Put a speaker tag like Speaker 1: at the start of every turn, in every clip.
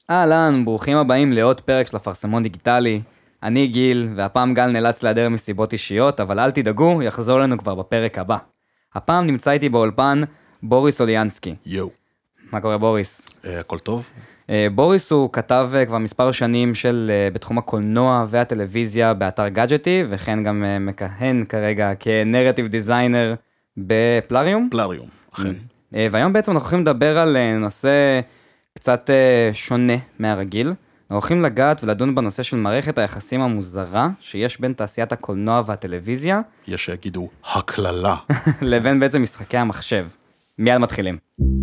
Speaker 1: אהלן, ברוכים הבאים לעוד פרק של אפרסמון דיגיטלי. אני גיל, והפעם גל נאלץ להיעדר מסיבות אישיות, אבל אל תדאגו, יחזור לנו כבר בפרק הבא. הפעם נמצא איתי באולפן בוריס אוליאנסקי.
Speaker 2: יו.
Speaker 1: מה קורה בוריס?
Speaker 2: הכל טוב?
Speaker 1: בוריס הוא כתב כבר מספר שנים בתחום הקולנוע והטלוויזיה באתר גאדג'טי, וכן גם מכהן כרגע כנרטיב דיזיינר בפלאריום.
Speaker 2: פלאריום, אכן.
Speaker 1: והיום בעצם אנחנו הולכים לדבר על נושא קצת שונה מהרגיל. אנחנו הולכים לגעת ולדון בנושא של מערכת היחסים המוזרה שיש בין תעשיית הקולנוע והטלוויזיה.
Speaker 2: יש שיגידו הכללה.
Speaker 1: לבין בעצם משחקי המחשב. מיד מתחילים.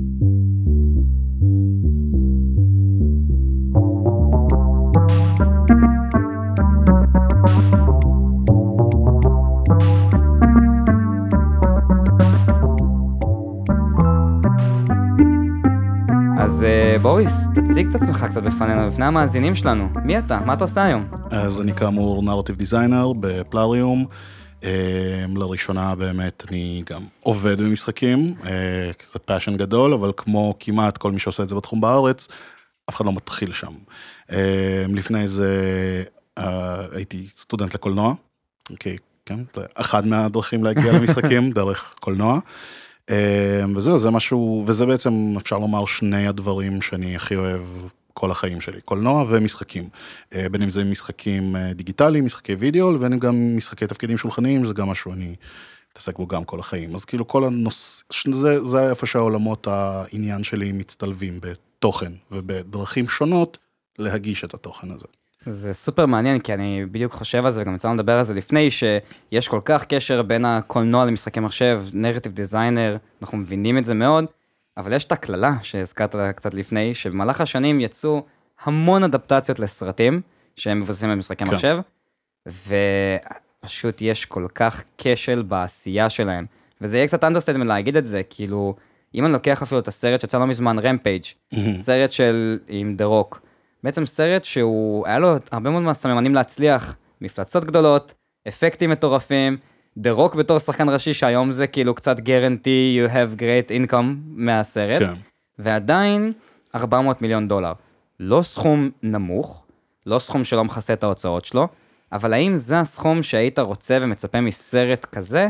Speaker 1: אז בוריס, תציג את עצמך קצת בפנינו, בפני המאזינים שלנו. מי אתה? מה אתה עושה היום?
Speaker 2: אז אני כאמור נרטיב דיזיינר בפלאריום. לראשונה באמת אני גם עובד במשחקים, זה פאשן גדול, אבל כמו כמעט כל מי שעושה את זה בתחום בארץ, אף אחד לא מתחיל שם. לפני זה הייתי סטודנט לקולנוע, אוקיי, כן, זה אחד מהדרכים להגיע למשחקים, דרך קולנוע. וזהו, זה משהו, וזה בעצם אפשר לומר שני הדברים שאני הכי אוהב כל החיים שלי, קולנוע ומשחקים. בין אם זה משחקים דיגיטליים, משחקי וידאו, לבין אם גם משחקי תפקידים שולחניים, זה גם משהו אני מתעסק בו גם כל החיים. אז כאילו כל הנושא, זה איפה שהעולמות העניין שלי מצטלבים בתוכן, ובדרכים שונות להגיש את התוכן הזה.
Speaker 1: זה סופר מעניין, כי אני בדיוק חושב על זה, וגם יצאנו לדבר על זה לפני, שיש כל כך קשר בין הקולנוע למשחקי מחשב, נרטיב דיזיינר, אנחנו מבינים את זה מאוד, אבל יש את הכללה שהזכרת קצת לפני, שבמהלך השנים יצאו המון אדפטציות לסרטים, שהם מבוססים במשחקי מחשב, ופשוט יש כל כך כשל בעשייה שלהם, וזה יהיה קצת אנדרסטייטמנט להגיד את זה, כאילו, אם אני לוקח אפילו את הסרט שיצא לא מזמן, רמפייג', סרט עם דה רוק, בעצם סרט שהוא, היה לו הרבה מאוד מהסממנים להצליח, מפלצות גדולות, אפקטים מטורפים, דה רוק בתור שחקן ראשי, שהיום זה כאילו קצת guarantee you have great income מהסרט,
Speaker 2: כן.
Speaker 1: ועדיין $400 מיליון. לא סכום נמוך, לא סכום שלא מכסה את ההוצאות שלו, אבל האם זה הסכום שהיית רוצה ומצפה מסרט כזה?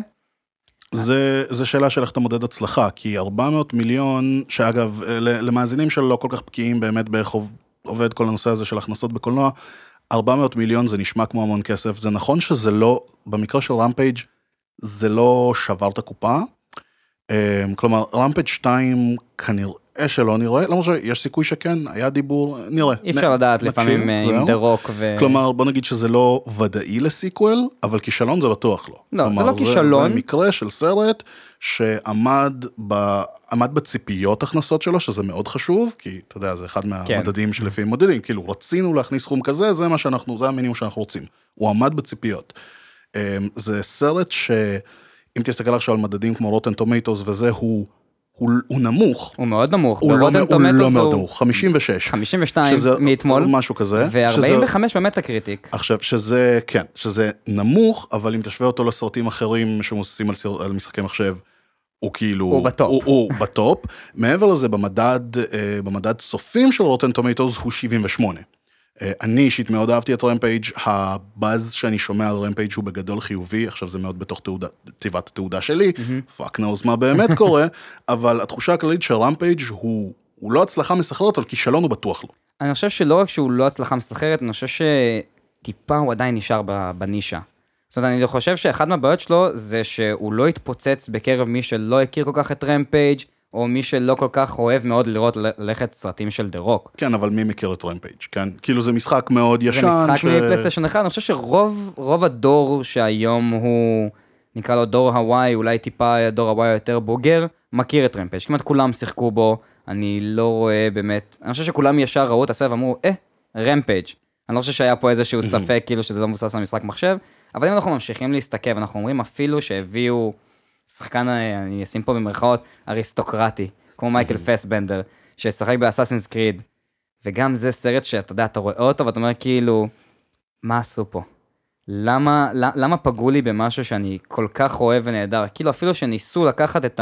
Speaker 2: זה שאלה של איך אתה מודד הצלחה, כי 400 מיליון, שאגב, למאזינים שלו לא כל כך בקיאים באמת באיך עובד כל הנושא הזה של הכנסות בקולנוע, 400 מיליון זה נשמע כמו המון כסף, זה נכון שזה לא, במקרה של רמפייג' זה לא שבר את הקופה, כלומר, רמפייג' 2 כנראה שלא נראה, למרות שיש סיכוי שכן, היה דיבור, נראה.
Speaker 1: אי אפשר לדעת לפעמים עם דה רוק
Speaker 2: כלומר, בוא נגיד שזה לא ודאי לסיקוול, אבל כישלון זה בטוח לא.
Speaker 1: לא, זה
Speaker 2: כלומר,
Speaker 1: לא כישלון.
Speaker 2: זה מקרה של סרט שעמד בציפיות הכנסות שלו, שזה מאוד חשוב, כי אתה יודע, זה אחד מהמדדים שלפעמים מודדים, כאילו רצינו להכניס סכום כזה, זה המינימום שאנחנו רוצים. הוא עמד בציפיות. זה סרט שאם תסתכל עכשיו על מדדים כמו רוטן טומטוס וזה, הוא נמוך.
Speaker 1: הוא מאוד נמוך.
Speaker 2: הוא לא מאוד נמוך, 56.
Speaker 1: 52 מאתמול.
Speaker 2: משהו כזה.
Speaker 1: ו-45 במטה קריטיק.
Speaker 2: עכשיו, שזה נמוך, אבל אם תשווה אותו לסרטים אחרים שמוססים על משחקי מחשב, הוא כאילו... הוא בטופ. מעבר לזה, במדד סופים של רוטן טומטוס הוא 78. אני אישית מאוד אהבתי את רמפייג', הבאז שאני שומע על רמפייג' הוא בגדול חיובי, עכשיו זה מאוד בתוך תיבת התעודה שלי, פאק נאוז מה באמת קורה, אבל התחושה הכללית שרמפייג' הוא לא הצלחה מסחררת, אבל כישלון הוא בטוח לא.
Speaker 1: אני חושב שלא רק שהוא לא הצלחה מסחררת, אני חושב שטיפה הוא עדיין נשאר בנישה. זאת אומרת, אני חושב שאחד מהבעיות שלו זה שהוא לא התפוצץ בקרב מי שלא הכיר כל כך את רמפייג', או מי שלא כל כך אוהב מאוד לראות ללכת סרטים של דה רוק.
Speaker 2: כן, אבל מי מכיר את רמפייג', כן? כאילו זה משחק מאוד ישן.
Speaker 1: זה משחק מפלייסטיישן 1, אני חושב שרוב הדור שהיום הוא, נקרא לו דור הוואי, אולי טיפה דור הוואי יותר בוגר, מכיר את רמפייג'. כמעט כולם שיחקו בו, אני לא רואה באמת, אני חושב שכולם ישר ראו את הסרט ואמרו, רמפייג'. אני לא חושב שהיה פה איזשהו ספק, כאילו שזה לא מבוסס על משחק מחשב, אבל אם אנחנו ממשיכים להסתכל, ואנחנו אומרים אפילו שהביאו שחקן, אני אשים פה במרכאות, אריסטוקרטי, כמו מייקל פסבנדר, ששחק באסאסינס קריד, וגם זה סרט שאתה יודע, אתה רואה אותו, ואתה אומר כאילו, מה עשו פה? למה פגעו לי במשהו שאני כל כך אוהב ונהדר? כאילו אפילו שניסו לקחת את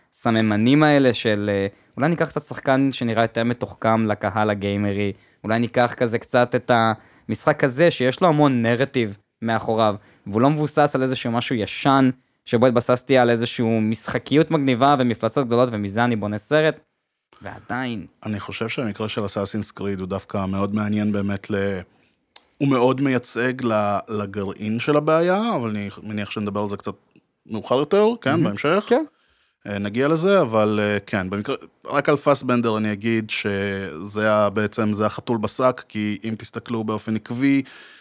Speaker 1: הסממנים האלה של, אולי ניקח קצת שחקן שנראה יותר מתוחכם לקהל הגיימרי, אולי ניקח כזה קצת את המשחק הזה שיש לו המון נרטיב מאחוריו, והוא לא מבוסס על איזשהו משהו ישן, שבו התבססתי על איזשהו משחקיות מגניבה ומפלצות גדולות, ומזה אני בונה סרט, ועדיין.
Speaker 2: אני חושב שהמקרה של אסאסינס קריד הוא דווקא מאוד מעניין באמת הוא מאוד מייצג לגרעין של הבעיה, אבל אני מניח שנדבר על זה קצת מאוחר יותר, כן, בהמשך.
Speaker 1: כן.
Speaker 2: נגיע לזה, אבל כן, במקרה, רק על פאסבנדר אני אגיד שזה בעצם, זה החתול בשק, כי אם תסתכלו באופן עקבי,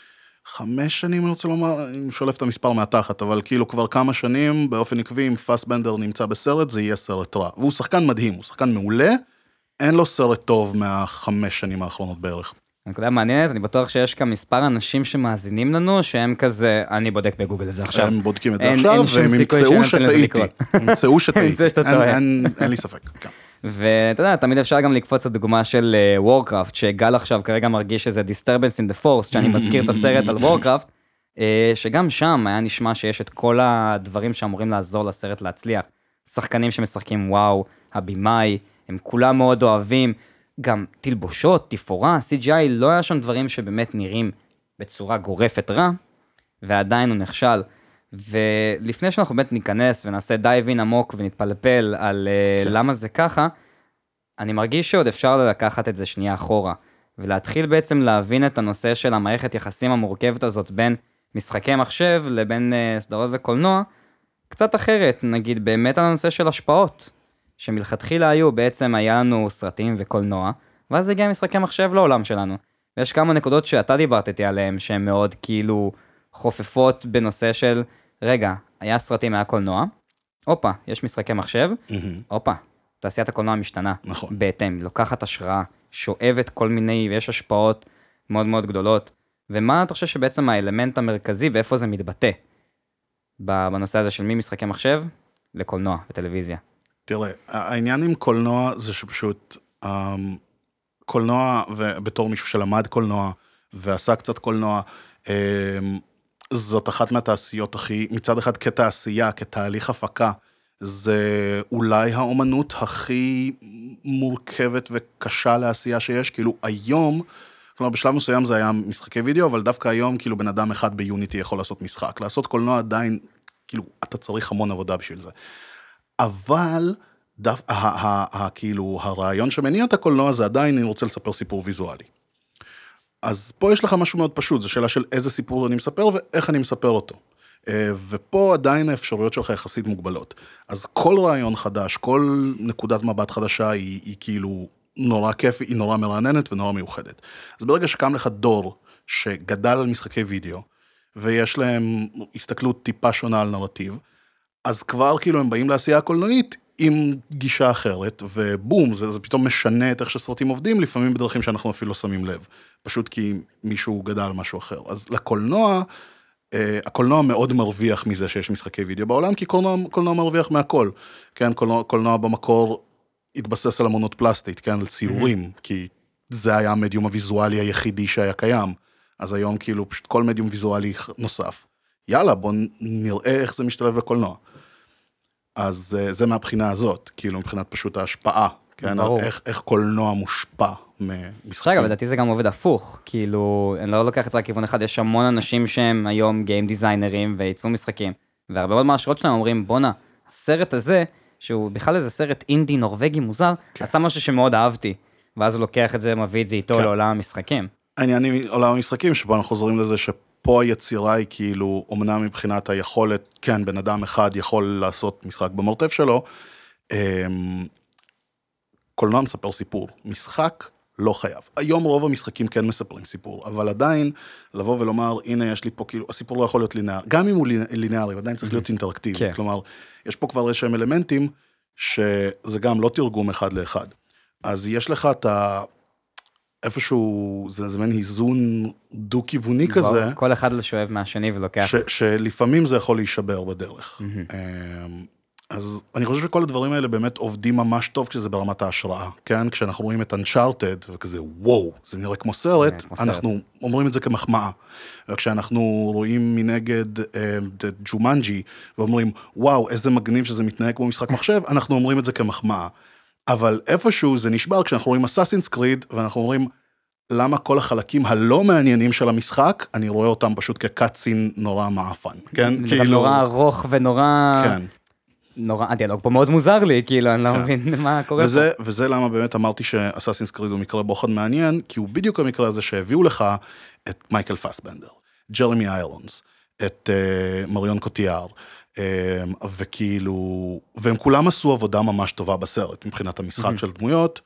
Speaker 2: 5 שנים אני רוצה לומר, אני שולף את המספר מהתחת, אבל כאילו כבר כמה שנים באופן עקבי, אם פאסבנדר נמצא בסרט, זה יהיה סרט רע. והוא שחקן מדהים, הוא שחקן מעולה, אין לו סרט טוב 5 שנים האחרונות בערך.
Speaker 1: נקודה מעניינת, אני בטוח שיש כאן מספר אנשים שמאזינים לנו, שהם כזה, אני בודק בגוגל את זה עכשיו.
Speaker 2: הם בודקים את זה עכשיו, והם ימצאו שטעיתי. ימצאו שטעיתי. אין לי ספק, כן.
Speaker 1: ואתה יודע, תמיד אפשר גם לקפוץ לדוגמה של וורקראפט, שגל עכשיו כרגע מרגיש שזה disturbance in the force, שאני מזכיר את הסרט על וורקראפט, שגם שם היה נשמע שיש את כל הדברים שאמורים לעזור לסרט להצליח. שחקנים שמשחקים וואו, הבימאי, הם כולם מאוד אוהבים, גם תלבושות, תפאורה, CGI, לא היה שם דברים שבאמת נראים בצורה גורפת רע, ועדיין הוא נכשל. ולפני שאנחנו באמת ניכנס ונעשה דייב-אין עמוק ונתפלפל על למה זה ככה, אני מרגיש שעוד אפשר לקחת את זה שנייה אחורה, ולהתחיל בעצם להבין את הנושא של המערכת יחסים המורכבת הזאת בין משחקי מחשב לבין סדרות וקולנוע, קצת אחרת, נגיד באמת על הנושא של השפעות, שמלכתחילה היו, בעצם היה לנו סרטים וקולנוע, ואז הגיע משחקי מחשב לעולם שלנו. ויש כמה נקודות שאתה דיברת איתי עליהן, שהן מאוד כאילו חופפות בנושא של, רגע, היה סרטים, היה קולנוע, אופה, יש משחקי מחשב, אופה, תעשיית הקולנוע משתנה,
Speaker 2: נכון.
Speaker 1: בהתאם, לוקחת השראה, שואבת כל מיני, ויש השפעות מאוד מאוד גדולות. ומה אתה חושב שבעצם האלמנט המרכזי, ואיפה זה מתבטא, בנושא הזה של ממשחקי מחשב לקולנוע וטלוויזיה?
Speaker 2: תראה, העניין עם קולנוע זה שפשוט, קולנוע, ובתור מישהו שלמד קולנוע, ועשה קצת קולנוע, זאת אחת מהתעשיות הכי, מצד אחד כתעשייה, כתהליך הפקה, זה אולי האומנות הכי מורכבת וקשה לעשייה שיש, כאילו היום, כלומר בשלב מסוים זה היה משחקי וידאו, אבל דווקא היום כאילו בן אדם אחד ביוניטי יכול לעשות משחק, לעשות קולנוע עדיין, כאילו אתה צריך המון עבודה בשביל זה. אבל כאילו הרעיון שמניע את הקולנוע זה עדיין אני רוצה לספר סיפור ויזואלי. אז פה יש לך משהו מאוד פשוט, זו שאלה של איזה סיפור אני מספר ואיך אני מספר אותו. ופה עדיין האפשרויות שלך יחסית מוגבלות. אז כל רעיון חדש, כל נקודת מבט חדשה היא כאילו נורא כיף, היא נורא מרעננת ונורא מיוחדת. אז ברגע שקם לך דור שגדל על משחקי וידאו, ויש להם הסתכלות טיפה שונה על נרטיב, אז כבר כאילו הם באים לעשייה הקולנועית עם גישה אחרת, ובום, זה פתאום משנה את איך שסרטים עובדים, לפעמים בדרכים שאנחנו אפילו לא שמים לב, פשוט כי מישהו גדל על משהו אחר. אז לקולנוע, הקולנוע מאוד מרוויח מזה שיש משחקי וידאו בעולם, כי קולנוע מרוויח מהכל. כן, קולנוע במקור התבסס על אמנות פלסטית, כן, על ציורים, כי זה היה המדיום הוויזואלי היחידי שהיה קיים. אז היום כאילו פשוט כל מדיום ויזואלי נוסף. יאללה, בוא נראה איך זה משתלב בקולנוע. אז זה מהבחינה הזאת, כאילו מבחינת פשוט ההשפעה, כן? איך קולנוע מושפע ממשחקים.
Speaker 1: רגע, לדעתי זה גם עובד הפוך, כאילו, אני לא לוקח את זה לכיוון אחד, יש המון אנשים שהם היום גיים דיזיינרים וייצבו משחקים, והרבה מאוד מההשראות שלהם אומרים, בונה, הסרט הזה, שהוא בכלל איזה סרט אינדי נורווגי מוזר, עשה משהו שמאוד אהבתי, ואז הוא לוקח את זה, מביא את זה איתו לעולם המשחקים.
Speaker 2: העניין עולם המשחקים, שבו אנחנו חוזרים לזה פה היצירה היא כאילו, אומנם מבחינת היכולת, כן, בן אדם אחד יכול לעשות משחק במרתף שלו, קולנוע מספר סיפור, משחק לא חייב. היום רוב המשחקים כן מספרים סיפור, אבל עדיין לבוא ולומר, הנה יש לי פה כאילו, הסיפור לא יכול להיות לינארי, גם אם הוא לינארי, עדיין צריך להיות אינטראקטיבי, כלומר, יש פה כבר איזשהם אלמנטים, שזה גם לא תרגום אחד לאחד. אז יש לך את איפשהו, זה מעין היזון דו-כיווני כזה.
Speaker 1: כל אחד שואב מהשני ולוקח.
Speaker 2: שלפעמים זה יכול להישבר בדרך. אז אני חושב שכל הדברים האלה באמת עובדים ממש טוב כשזה ברמת ההשראה, כן? כשאנחנו רואים את Uncharted וכזה, וואו, זה נראה כמו סרט, אנחנו אומרים את זה כמחמאה. וכשאנחנו רואים מנגד ג'ומנג'י, ואומרים, וואו, איזה מגניב שזה מתנהג כמו משחק מחשב, אנחנו אומרים את זה כמחמאה. אבל איפשהו זה נשבר כשאנחנו רואים Assassin's Creed, ואנחנו אומרים, למה כל החלקים הלא מעניינים של המשחק, אני רואה אותם פשוט כקאצין נורא מעפן, כן?
Speaker 1: זה גם נורא ארוך ונורא...
Speaker 2: כן.
Speaker 1: נורא, הדיאלוג פה מאוד מוזר לי, כאילו, אני לא מבין מה קורה פה.
Speaker 2: וזה למה באמת אמרתי שאסאסינס קריד הוא מקרה בוחד מעניין, כי הוא בדיוק המקרה הזה שהביאו לך את מייקל פסבנדר, ג'רמי איירונס, את מריון קוטיאר, וכאילו, והם כולם עשו עבודה ממש טובה בסרט, מבחינת המשחק של דמויות,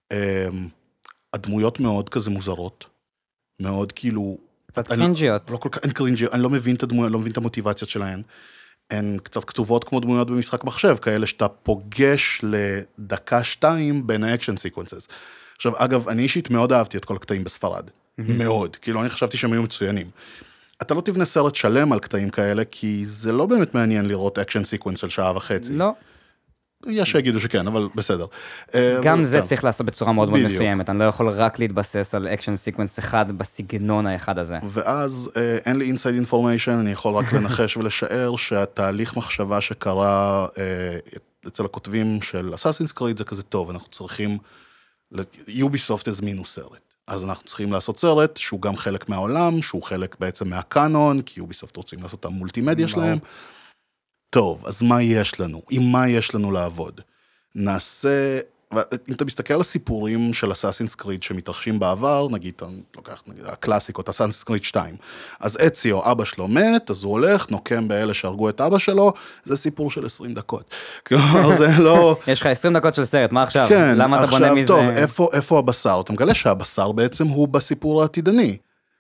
Speaker 2: הדמויות מאוד כזה מוזרות, מאוד כאילו...
Speaker 1: קצת קרינג'יות.
Speaker 2: לא כל כך, אין קרינג'יות, אני לא מבין את הדמויות, לא מבין את המוטיבציות שלהן. הן קצת כתובות כמו דמויות במשחק מחשב, כאלה שאתה פוגש לדקה-שתיים בין האקשן סיקוונסס. עכשיו, אגב, אני אישית מאוד אהבתי את כל הקטעים בספרד. מאוד. כאילו, אני חשבתי שהם היו מצוינים. אתה לא תבנה סרט שלם על קטעים כאלה, כי זה לא באמת מעניין לראות אקשן סיקוונס של שעה וחצי. לא. יש שיגידו שכן, אבל בסדר.
Speaker 1: גם זה צריך לעשות בצורה מאוד מאוד מסוימת. אני לא יכול רק להתבסס על אקשן סיקוונס אחד בסגנון האחד הזה.
Speaker 2: ואז אין לי אינסייד אינפורמיישן, אני יכול רק לנחש ולשער שהתהליך מחשבה שקרה אצל הכותבים של Assassin's Creed זה כזה טוב, אנחנו צריכים, Ubisoft הזמינו סרט. אז אנחנו צריכים לעשות סרט שהוא גם חלק מהעולם, שהוא חלק בעצם מהקאנון, כי Ubisoft רוצים לעשות את המולטימדיה שלהם. טוב, אז מה יש לנו? עם מה יש לנו לעבוד? נעשה, אם אתה מסתכל על הסיפורים של Assassin's Creed שמתרחשים בעבר, נגיד, אתה לוקח, נגיד, הקלאסיקות, Assassin's Creed 2, אז אציו, אבא שלו מת, אז הוא הולך, נוקם באלה שהרגו את אבא שלו, זה סיפור של 20 דקות. כלומר, זה לא...
Speaker 1: יש לך 20 דקות של סרט, מה עכשיו?
Speaker 2: כן,
Speaker 1: למה אתה בונה מזה?
Speaker 2: טוב, איפה הבשר? אתה מגלה שהבשר בעצם הוא בסיפור העתידני,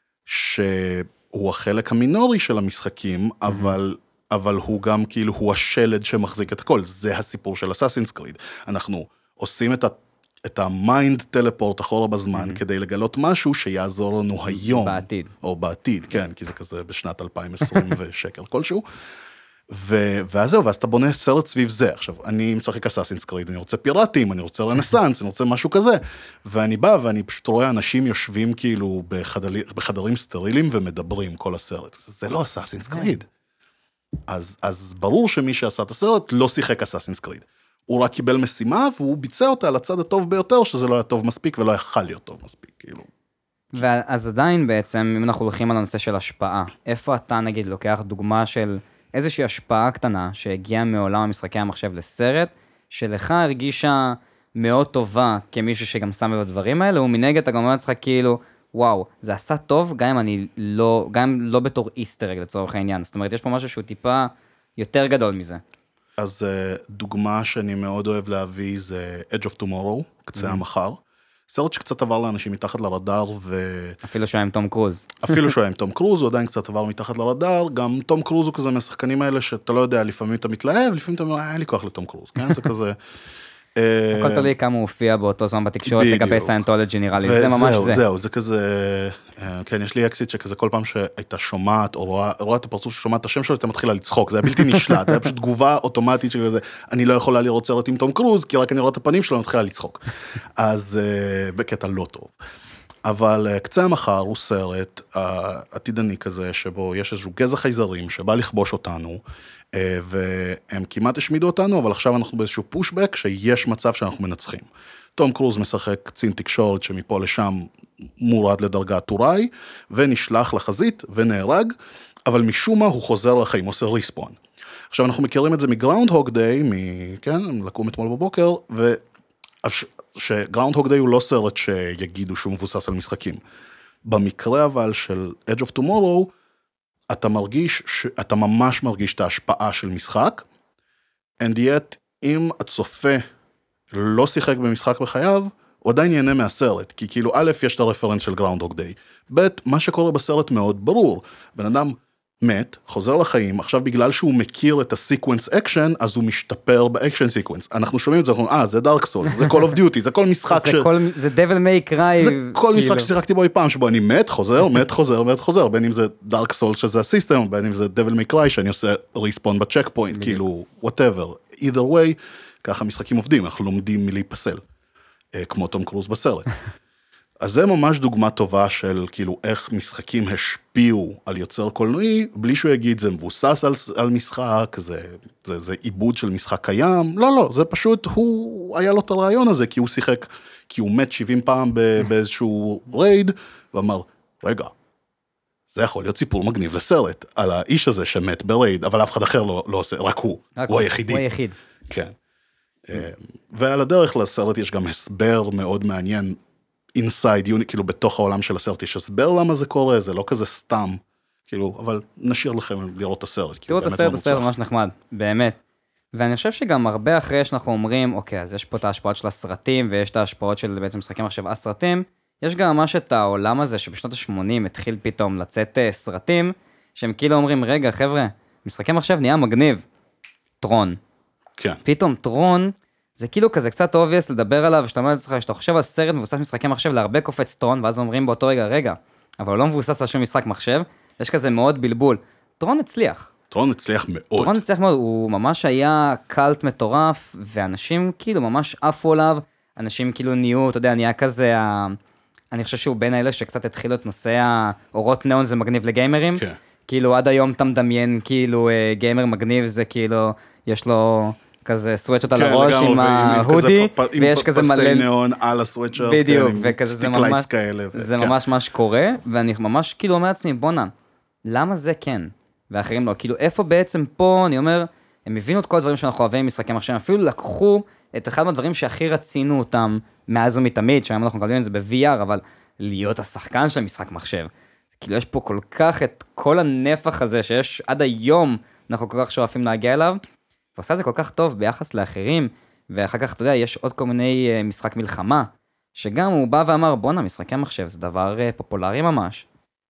Speaker 2: שהוא החלק המינורי של המשחקים, אבל הוא גם כאילו, הוא השלד שמחזיק את הכל, זה הסיפור של Assassin's Creed. אנחנו עושים את המיינד טלפורט אחורה בזמן, כדי לגלות משהו שיעזור לנו היום.
Speaker 1: בעתיד.
Speaker 2: או בעתיד, כן, כי זה כזה בשנת 2020 ושקר כלשהו. ואז זהו, ואז אתה בונה סרט סביב זה. עכשיו, אני משחק Assassin's Creed, אני רוצה פיראטים, אני רוצה רנסנס, אני רוצה משהו כזה. ואני בא ואני פשוט רואה אנשים יושבים כאילו בחדרים סטרילים ומדברים כל הסרט. זה לא Assassin's Creed. אז ברור שמי שעשה את הסרט לא שיחק Assassin's Creed. הוא רק קיבל משימה, והוא ביצע אותה לצד הטוב ביותר, שזה לא היה טוב מספיק, ולא יכל להיות טוב מספיק, כאילו.
Speaker 1: ואז עדיין בעצם, אם אנחנו הולכים על הנושא של השפעה, איפה אתה נגיד לוקח דוגמה של איזושהי השפעה קטנה, שהגיעה מעולם המשחקי המחשב לסרט, שלך הרגישה מאוד טובה, כמישהו שגם שם לב הדברים האלה, ומנגד אתה גם אומר לך כאילו, וואו, זה עשה טוב, גם אם לא בתור איסטרג לצורך העניין. זאת אומרת, יש פה משהו שהוא טיפה יותר גדול מזה.
Speaker 2: אז דוגמה שאני מאוד אוהב להביא זה Edge of Tomorrow, קצה המחר. סרט שקצת עבר לאנשים מתחת לרדאר
Speaker 1: אפילו שהוא היה עם תום קרוז.
Speaker 2: אפילו שהוא היה עם תום קרוז, הוא עדיין קצת עבר מתחת לרדאר, גם תום קרוז הוא כזה מהשחקנים האלה שאתה לא יודע, לפעמים אתה מתלהב, לפעמים אתה אומר, אין לי כוח לתום קרוז, כן? זה כזה...
Speaker 1: הכל תלוי כמה הוא הופיע באותו זמן בתקשורת לגבי סיינטולוגי נראה לי, זה ממש זה.
Speaker 2: זהו, זה כזה, כן, יש לי אקסיט שכזה כל פעם שהייתה שומעת או רואה את הפרצוף ששומעת את השם שלו, אתה מתחילה לצחוק, זה היה בלתי נשלט, זה היה פשוט תגובה אוטומטית שכזה, אני לא יכולה לראות סרט עם תום קרוז, כי רק אני רואה את הפנים שלו, אני מתחילה לצחוק. אז בקטע לא טוב. אבל קצה המחר הוא סרט עתידני כזה, שבו יש איזשהו גזע חייזרים שבא לכבוש אותנו, והם כמעט השמידו אותנו, אבל עכשיו אנחנו באיזשהו פושבק שיש מצב שאנחנו מנצחים. תום קרוז משחק קצין תקשורת שמפה לשם מורד לדרגת טוראי, ונשלח לחזית ונהרג, אבל משום מה הוא חוזר לחיים, עושה ריספון. עכשיו אנחנו מכירים את זה מגראונד-הוג דיי, כן, לקום אתמול בבוקר, שגראונד-הוג דיי הוא לא סרט שיגידו שהוא מבוסס על משחקים. במקרה אבל של Edge of Tomorrow, אתה ממש מרגיש את ההשפעה של משחק, and yet, אם הצופה לא שיחק במשחק בחייו, הוא עדיין ייהנה מהסרט, כי כאילו א', יש את הרפרנס של Groundhog Day, ב', מה שקורה בסרט מאוד ברור, בן אדם מת, חוזר לחיים, עכשיו בגלל שהוא מכיר את הסיקוונס אקשן, אז הוא משתפר באקשן סיקוונס. אנחנו שומעים את זה, אנחנו אומרים, זה דארק סולס, זה Call of Duty, זה כל משחק
Speaker 1: זה Devil May Cry.
Speaker 2: זה כל משחק ששיחקתי בו אי פעם, שבו אני מת, חוזר, בין אם זה דארק סולס שזה הסיסטם, בין אם זה Devil May Cry, שאני עושה ריספון בצ'ק פוינט, כאילו, whatever. either way, ככה משחקים עובדים, אנחנו לומדים מלהיפסל, כמו תום קרוז בסרט. אז זה ממש דוגמה טובה של כאילו איך משחקים השפיעו על יוצר קולנועי, בלי שהוא יגיד זה מבוסס על משחק, זה עיבוד של משחק קיים, לא, זה פשוט, הוא היה לו את הרעיון הזה, כי הוא שיחק, כי הוא מת 70 פעם באיזשהו רייד, ואמר, רגע, זה יכול להיות סיפור מגניב לסרט, על האיש הזה שמת ברייד, אבל אף אחד אחר לא עושה, רק הוא היחידי.
Speaker 1: הוא היחיד.
Speaker 2: כן. ועל הדרך לסרט יש גם הסבר מאוד מעניין, inside, כאילו בתוך העולם של הסרט יש הסבר למה זה קורה, זה לא כזה סתם, כאילו, אבל נשאיר לכם לראות את הסרט.
Speaker 1: תראו את הסרט, הסרט ממש נחמד, באמת. ואני חושב שגם הרבה אחרי שאנחנו אומרים, אוקיי, אז יש פה את ההשפעות של הסרטים, ויש את ההשפעות של בעצם משחקים עכשיו הסרטים, יש גם ממש את העולם הזה שבשנות ה-80 התחיל פתאום לצאת סרטים, שהם כאילו אומרים, רגע, חבר'ה, משחקים עכשיו נהיה מגניב. טרון.
Speaker 2: כן.
Speaker 1: פתאום טרון, זה כאילו כזה קצת obvious לדבר עליו, ושאתה אומר לעצמך, שאתה חושב על סרט מבוסס משחקי מחשב, להרבה קופץ טרון, ואז אומרים באותו רגע, אבל הוא לא מבוסס על שום משחק מחשב, יש כזה מאוד בלבול. טרון הצליח.
Speaker 2: טרון הצליח מאוד.
Speaker 1: טרון הצליח מאוד, הוא ממש היה קלט מטורף, ואנשים כאילו ממש עפו עליו, אנשים כאילו נהיו, אתה יודע, נהיה כזה, אני חושב שהוא בין האלה שקצת התחילו את נושא האורות ניאון, זה מגניב לגיימרים.
Speaker 2: כן.
Speaker 1: כאילו עד היום אתה מדמיין, כאילו גיימר מגניב זה כאילו, יש לו כזה סוואצ'ות על הראש עם ההודי, ויש כזה מלא...
Speaker 2: עם פסי ניאון על הסוואצ'ות,
Speaker 1: בדיוק, וכזה זה ממש, זה ממש מה שקורה, ואני ממש כאילו אומר לעצמי, בונה, למה זה כן? ואחרים לא, כאילו איפה בעצם פה, אני אומר, הם הבינו את כל הדברים שאנחנו אוהבים משחקים מחשב, אפילו לקחו את אחד מהדברים שהכי רצינו אותם מאז ומתמיד, שהיום אנחנו מקבלים את זה ב-VR, אבל להיות השחקן של משחק מחשב. כאילו יש פה כל כך את כל הנפח הזה שיש עד היום, אנחנו כל כך שואפים להגיע אליו, ועושה זה כל כך טוב ביחס לאחרים, ואחר כך, אתה יודע, יש עוד כל מיני משחק מלחמה, שגם הוא בא ואמר, בונה, משחקי מחשב זה דבר פופולרי ממש,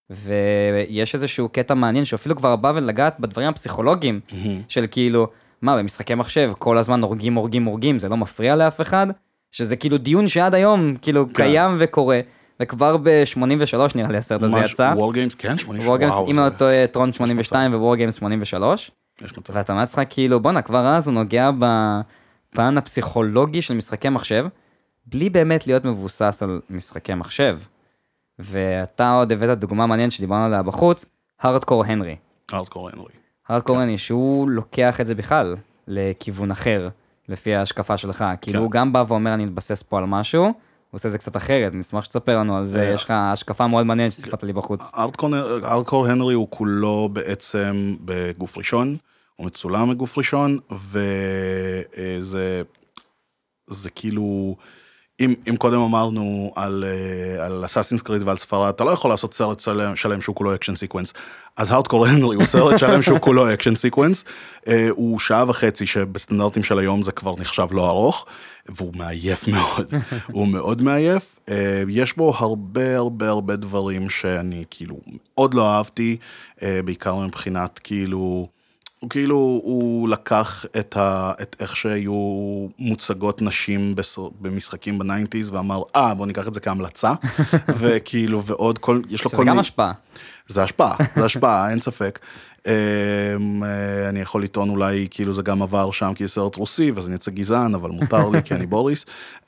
Speaker 1: ויש איזשהו קטע מעניין, שאפילו כבר בא ולגעת בדברים הפסיכולוגיים, של כאילו, מה, במשחקי מחשב, כל הזמן הורגים, זה לא מפריע לאף אחד, שזה כאילו דיון שעד היום, כאילו, קיים וקורה, וכבר ב-83 נראה לי הסרט הזה יצא.
Speaker 2: וורגיימס, כן, 83.
Speaker 1: וורגיימס, אם לא טועה, טרון 82 וורגיימס 83. ואתה אומר לך כאילו, בונה, כבר אז הוא נוגע בפן הפסיכולוגי של משחקי מחשב, בלי באמת להיות מבוסס על משחקי מחשב. ואתה עוד הבאת דוגמה מעניינת שדיברנו עליה בחוץ, הארדקור הנרי. הארדקור הנרי, שהוא לוקח את זה בכלל לכיוון אחר, לפי ההשקפה שלך. כאילו הוא גם בא ואומר, אני מתבסס פה על משהו, הוא עושה זה קצת אחרת, נשמח שתספר לנו על זה, יש לך השקפה מאוד מעניינת שסיפרת לי בחוץ.
Speaker 2: הארדקור הנרי הוא כולו בעצם בגוף ראשון, הוא מצולם מגוף ראשון, וזה כאילו, אם קודם אמרנו על אסאסינס קריד ועל ספרד, אתה לא יכול לעשות סרט שלם שהוא כולו אקשן סיקוונס, אז הארדקור הנרי הוא סרט שלם שהוא כולו אקשן סיקוונס, הוא 1.5 שעות שבסטנדרטים של היום זה כבר נחשב לא ארוך, והוא מעייף מאוד, הוא מאוד מעייף, יש בו הרבה דברים שאני כאילו מאוד לא אהבתי, בעיקר מבחינת כאילו, הוא לקח את איך שהיו מוצגות נשים במשחקים בניינטיז, ואמר, בוא ניקח את זה כהמלצה, וכאילו, ועוד כל, יש לו כל
Speaker 1: שזה גם השפעה.
Speaker 2: זה השפעה, אין ספק. אני יכול לטעון אולי, כאילו זה גם עבר שם כי סרט רוסי, ואז אני יצא גזען, אבל מותר לי, כי אני בוריס.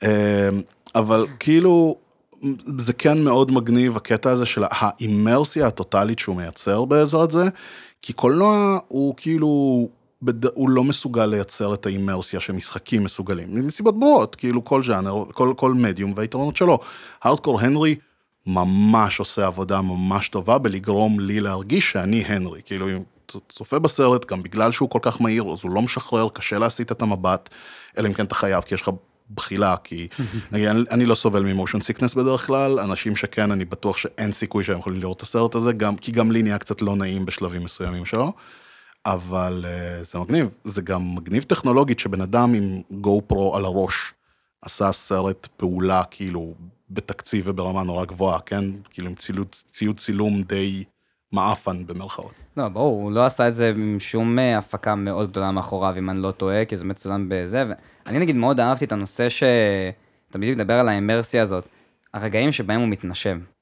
Speaker 2: אבל כאילו, זה כן מאוד מגניב, הקטע הזה של האימרסיה הטוטלית שהוא מייצר בעזרת זה, כי קולנוע הוא כאילו, הוא לא מסוגל לייצר את האימרסיה שמשחקים מסוגלים, מסיבות ברורות, כאילו כל ז'אנר, כל מדיום והיתרונות שלו. הארדקור הנרי ממש עושה עבודה ממש טובה בלגרום לי להרגיש שאני הנרי, כאילו אם צופה בסרט, גם בגלל שהוא כל כך מהיר, אז הוא לא משחרר, קשה להסיט את המבט, אלא אם כן אתה חייב, כי יש לך בחילה, כי אני לא סובל ממושן סיקנס בדרך כלל, אנשים שכן, אני בטוח שאין סיכוי שהם יכולים לראות את הסרט הזה, כי גם לי נהיה קצת לא נעים בשלבים מסוימים שלו, אבל זה מגניב, זה גם מגניב טכנולוגית שבן אדם עם גו פרו על הראש, עשה סרט פעולה כאילו בתקציב וברמה נורא גבוהה, כן? כאילו עם ציוד צילום די מאפן במרכאות.
Speaker 1: לא, ברור, הוא לא עשה את זה עם שום הפקה מאוד גדולה מאחוריו, אם אני לא טועה, כי זה מצולם בזה, ואני נגיד מאוד אהבתי את הנושא שאתה בדיוק מדבר על האמרסיה הזאת, הרגעים שבהם הוא מתנשב.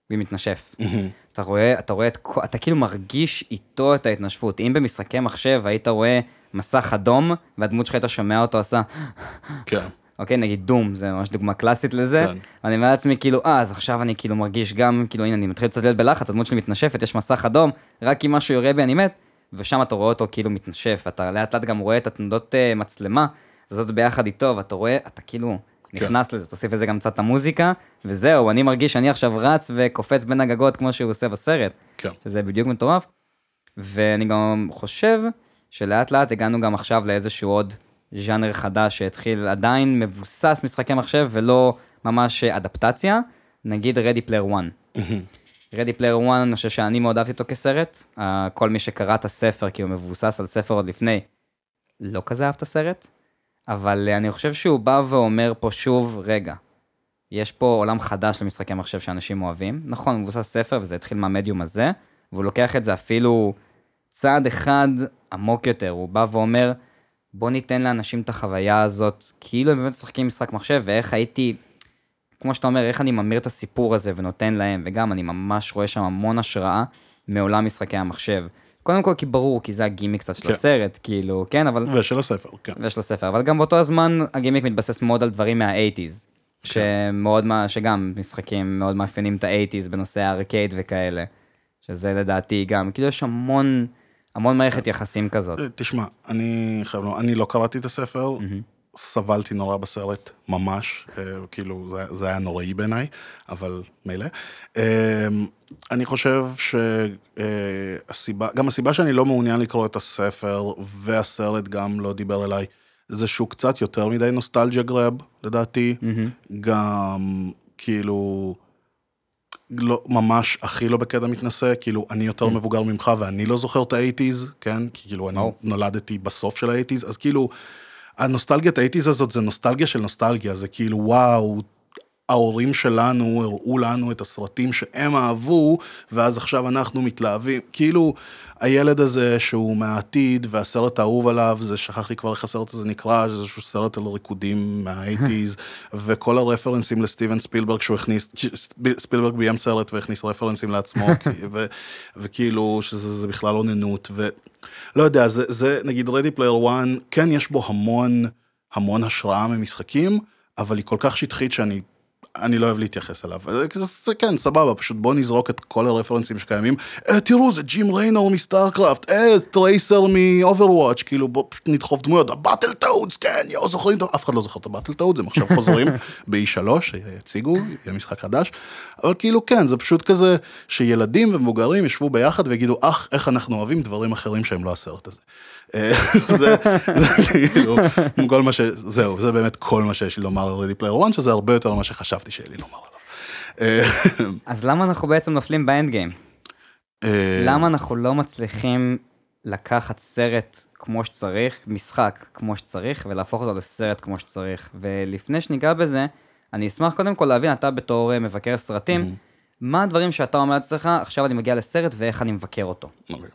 Speaker 1: במתנשף. אתה כאילו מרגיש איתו את ההתנשפות. אם במשחקי מחשב היית רואה מסך אדום, והדמות שלך היית שומע אותו עשה,
Speaker 2: כן.
Speaker 1: אוקיי, נגיד דום, זה ממש דוגמה קלאסית לזה. אני אומר לעצמי, כאילו, אז עכשיו אני כאילו מרגיש גם, כאילו, הנה, אני מתחיל קצת להיות בלחץ, הדמות שלי מתנשפת, יש מסך אדום, רק אם משהו יורה בי אני מת, ושם אתה רואה אותו כאילו מתנשף, אתה לאט לאט גם רואה את התנודות מצלמה, זאת ביחד איתו, ואתה רואה, אתה כאילו נכנס לזה, תוסיף לזה גם קצת המוזיקה, וזהו, אני מרגיש שאני עכשיו רץ וקופץ בין הגגות כמו שהוא עושה בסרט, שזה בדיוק מטורף, ואני גם חושב שלאט לאט הגענו גם עכשיו לאיזשהו עוד ז'אנר חדש שהתחיל עדיין מבוסס משחקי מחשב ולא ממש אדפטציה, נגיד Ready Player One. Ready Player One, אני חושב שאני מאוד אהבתי אותו כסרט, כל מי שקרא את הספר, כי הוא מבוסס על ספר עוד לפני, לא כזה אהב את הסרט, אבל אני חושב שהוא בא ואומר פה שוב, רגע, יש פה עולם חדש למשחקי מחשב שאנשים אוהבים, נכון, הוא מבוסס ספר וזה התחיל מהמדיום הזה, והוא לוקח את זה אפילו צעד אחד עמוק יותר, הוא בא ואומר, בוא ניתן לאנשים את החוויה הזאת, כאילו הם באמת משחקים משחק מחשב, ואיך הייתי, כמו שאתה אומר, איך אני ממיר את הסיפור הזה ונותן להם, וגם אני ממש רואה שם המון השראה מעולם משחקי המחשב. קודם כל כי ברור, כי זה הגימיק קצת של הסרט, כאילו, כן, אבל...
Speaker 2: ושל הספר, כן.
Speaker 1: ושל הספר, אבל גם באותו הזמן הגימיק מתבסס מאוד על דברים מה-80s, שגם משחקים מאוד מאפיינים את ה-80s בנושא הארקייד וכאלה, שזה לדעתי גם, כאילו יש המון מערכת יחסים כזאת.
Speaker 2: תשמע, אני לא קראתי את הספר, סבלתי נורא בסרט, ממש, כאילו זה היה נוראי בעיניי, אבל מילא. אני חושב גם הסיבה שאני לא מעוניין לקרוא את הספר, והסרט גם לא דיבר אליי, זה שהוא קצת יותר מדי נוסטלג'יה גרב, לדעתי, גם כאילו... לא, ממש הכי לא בקטע מתנשא, כאילו אני יותר מבוגר ממך ואני לא זוכר את ה-80s, כן? כי כאילו אני נולדתי בסוף של ה-80s, אז כאילו הנוסטלגיית ה-80s הזאת זה נוסטלגיה של נוסטלגיה, זה כאילו וואו, ההורים שלנו הראו לנו את הסרטים שהם אהבו, ואז עכשיו אנחנו מתלהבים, כאילו הילד הזה שהוא מהעתיד והסרט האהוב עליו, זה שכחתי כבר איך הסרט הזה נקרא, זה איזשהו סרט על ריקודים מה-80s, וכל הרפרנסים לסטיבן ספילברג שהוא הכניס, ספילברג ביים סרט והכניס רפרנסים לעצמו, וכאילו שזה בכלל עוננות, ולא יודע, זה נגיד Ready Player One, כן יש בו המון השראה ממשחקים, אבל היא כל כך שטחית שאני לא אוהב להתייחס אליו. זה כן, סבבה, פשוט בוא נזרוק את כל הרפרנסים שקיימים. תראו, זה ג'ים ריינור מסטארקראפט, טרייסר מאוברוואץ', כאילו בוא פשוט נדחוף דמויות, הבטל טאודס, כן, זוכרים, אף אחד לא זוכר את הבטל טאודס, הם עכשיו חוזרים ב-E3, שיציגו, יהיה משחק חדש, אבל כאילו כן, זה פשוט כזה שילדים ומבוגרים ישבו ביחד ויגידו, איך אנחנו אוהבים דברים אחרים שהם לא הסרט הזה. זה כאילו, כל מה זהו, זה באמת כל מה שיש לי לומר על Ready Player One, שזה הרבה יותר ממה שחשבתי שיהיה לי לומר עליו.
Speaker 1: אז למה אנחנו בעצם נופלים באנד גיים? למה אנחנו לא מצליחים לקחת סרט כמו שצריך, משחק כמו שצריך, ולהפוך אותו לסרט כמו שצריך? ולפני שניגע בזה, אני אשמח קודם כל להבין, אתה בתור מבקר סרטים, מה הדברים שאתה אומר לעצמך, עכשיו אני מגיע לסרט ואיך אני מבקר אותו?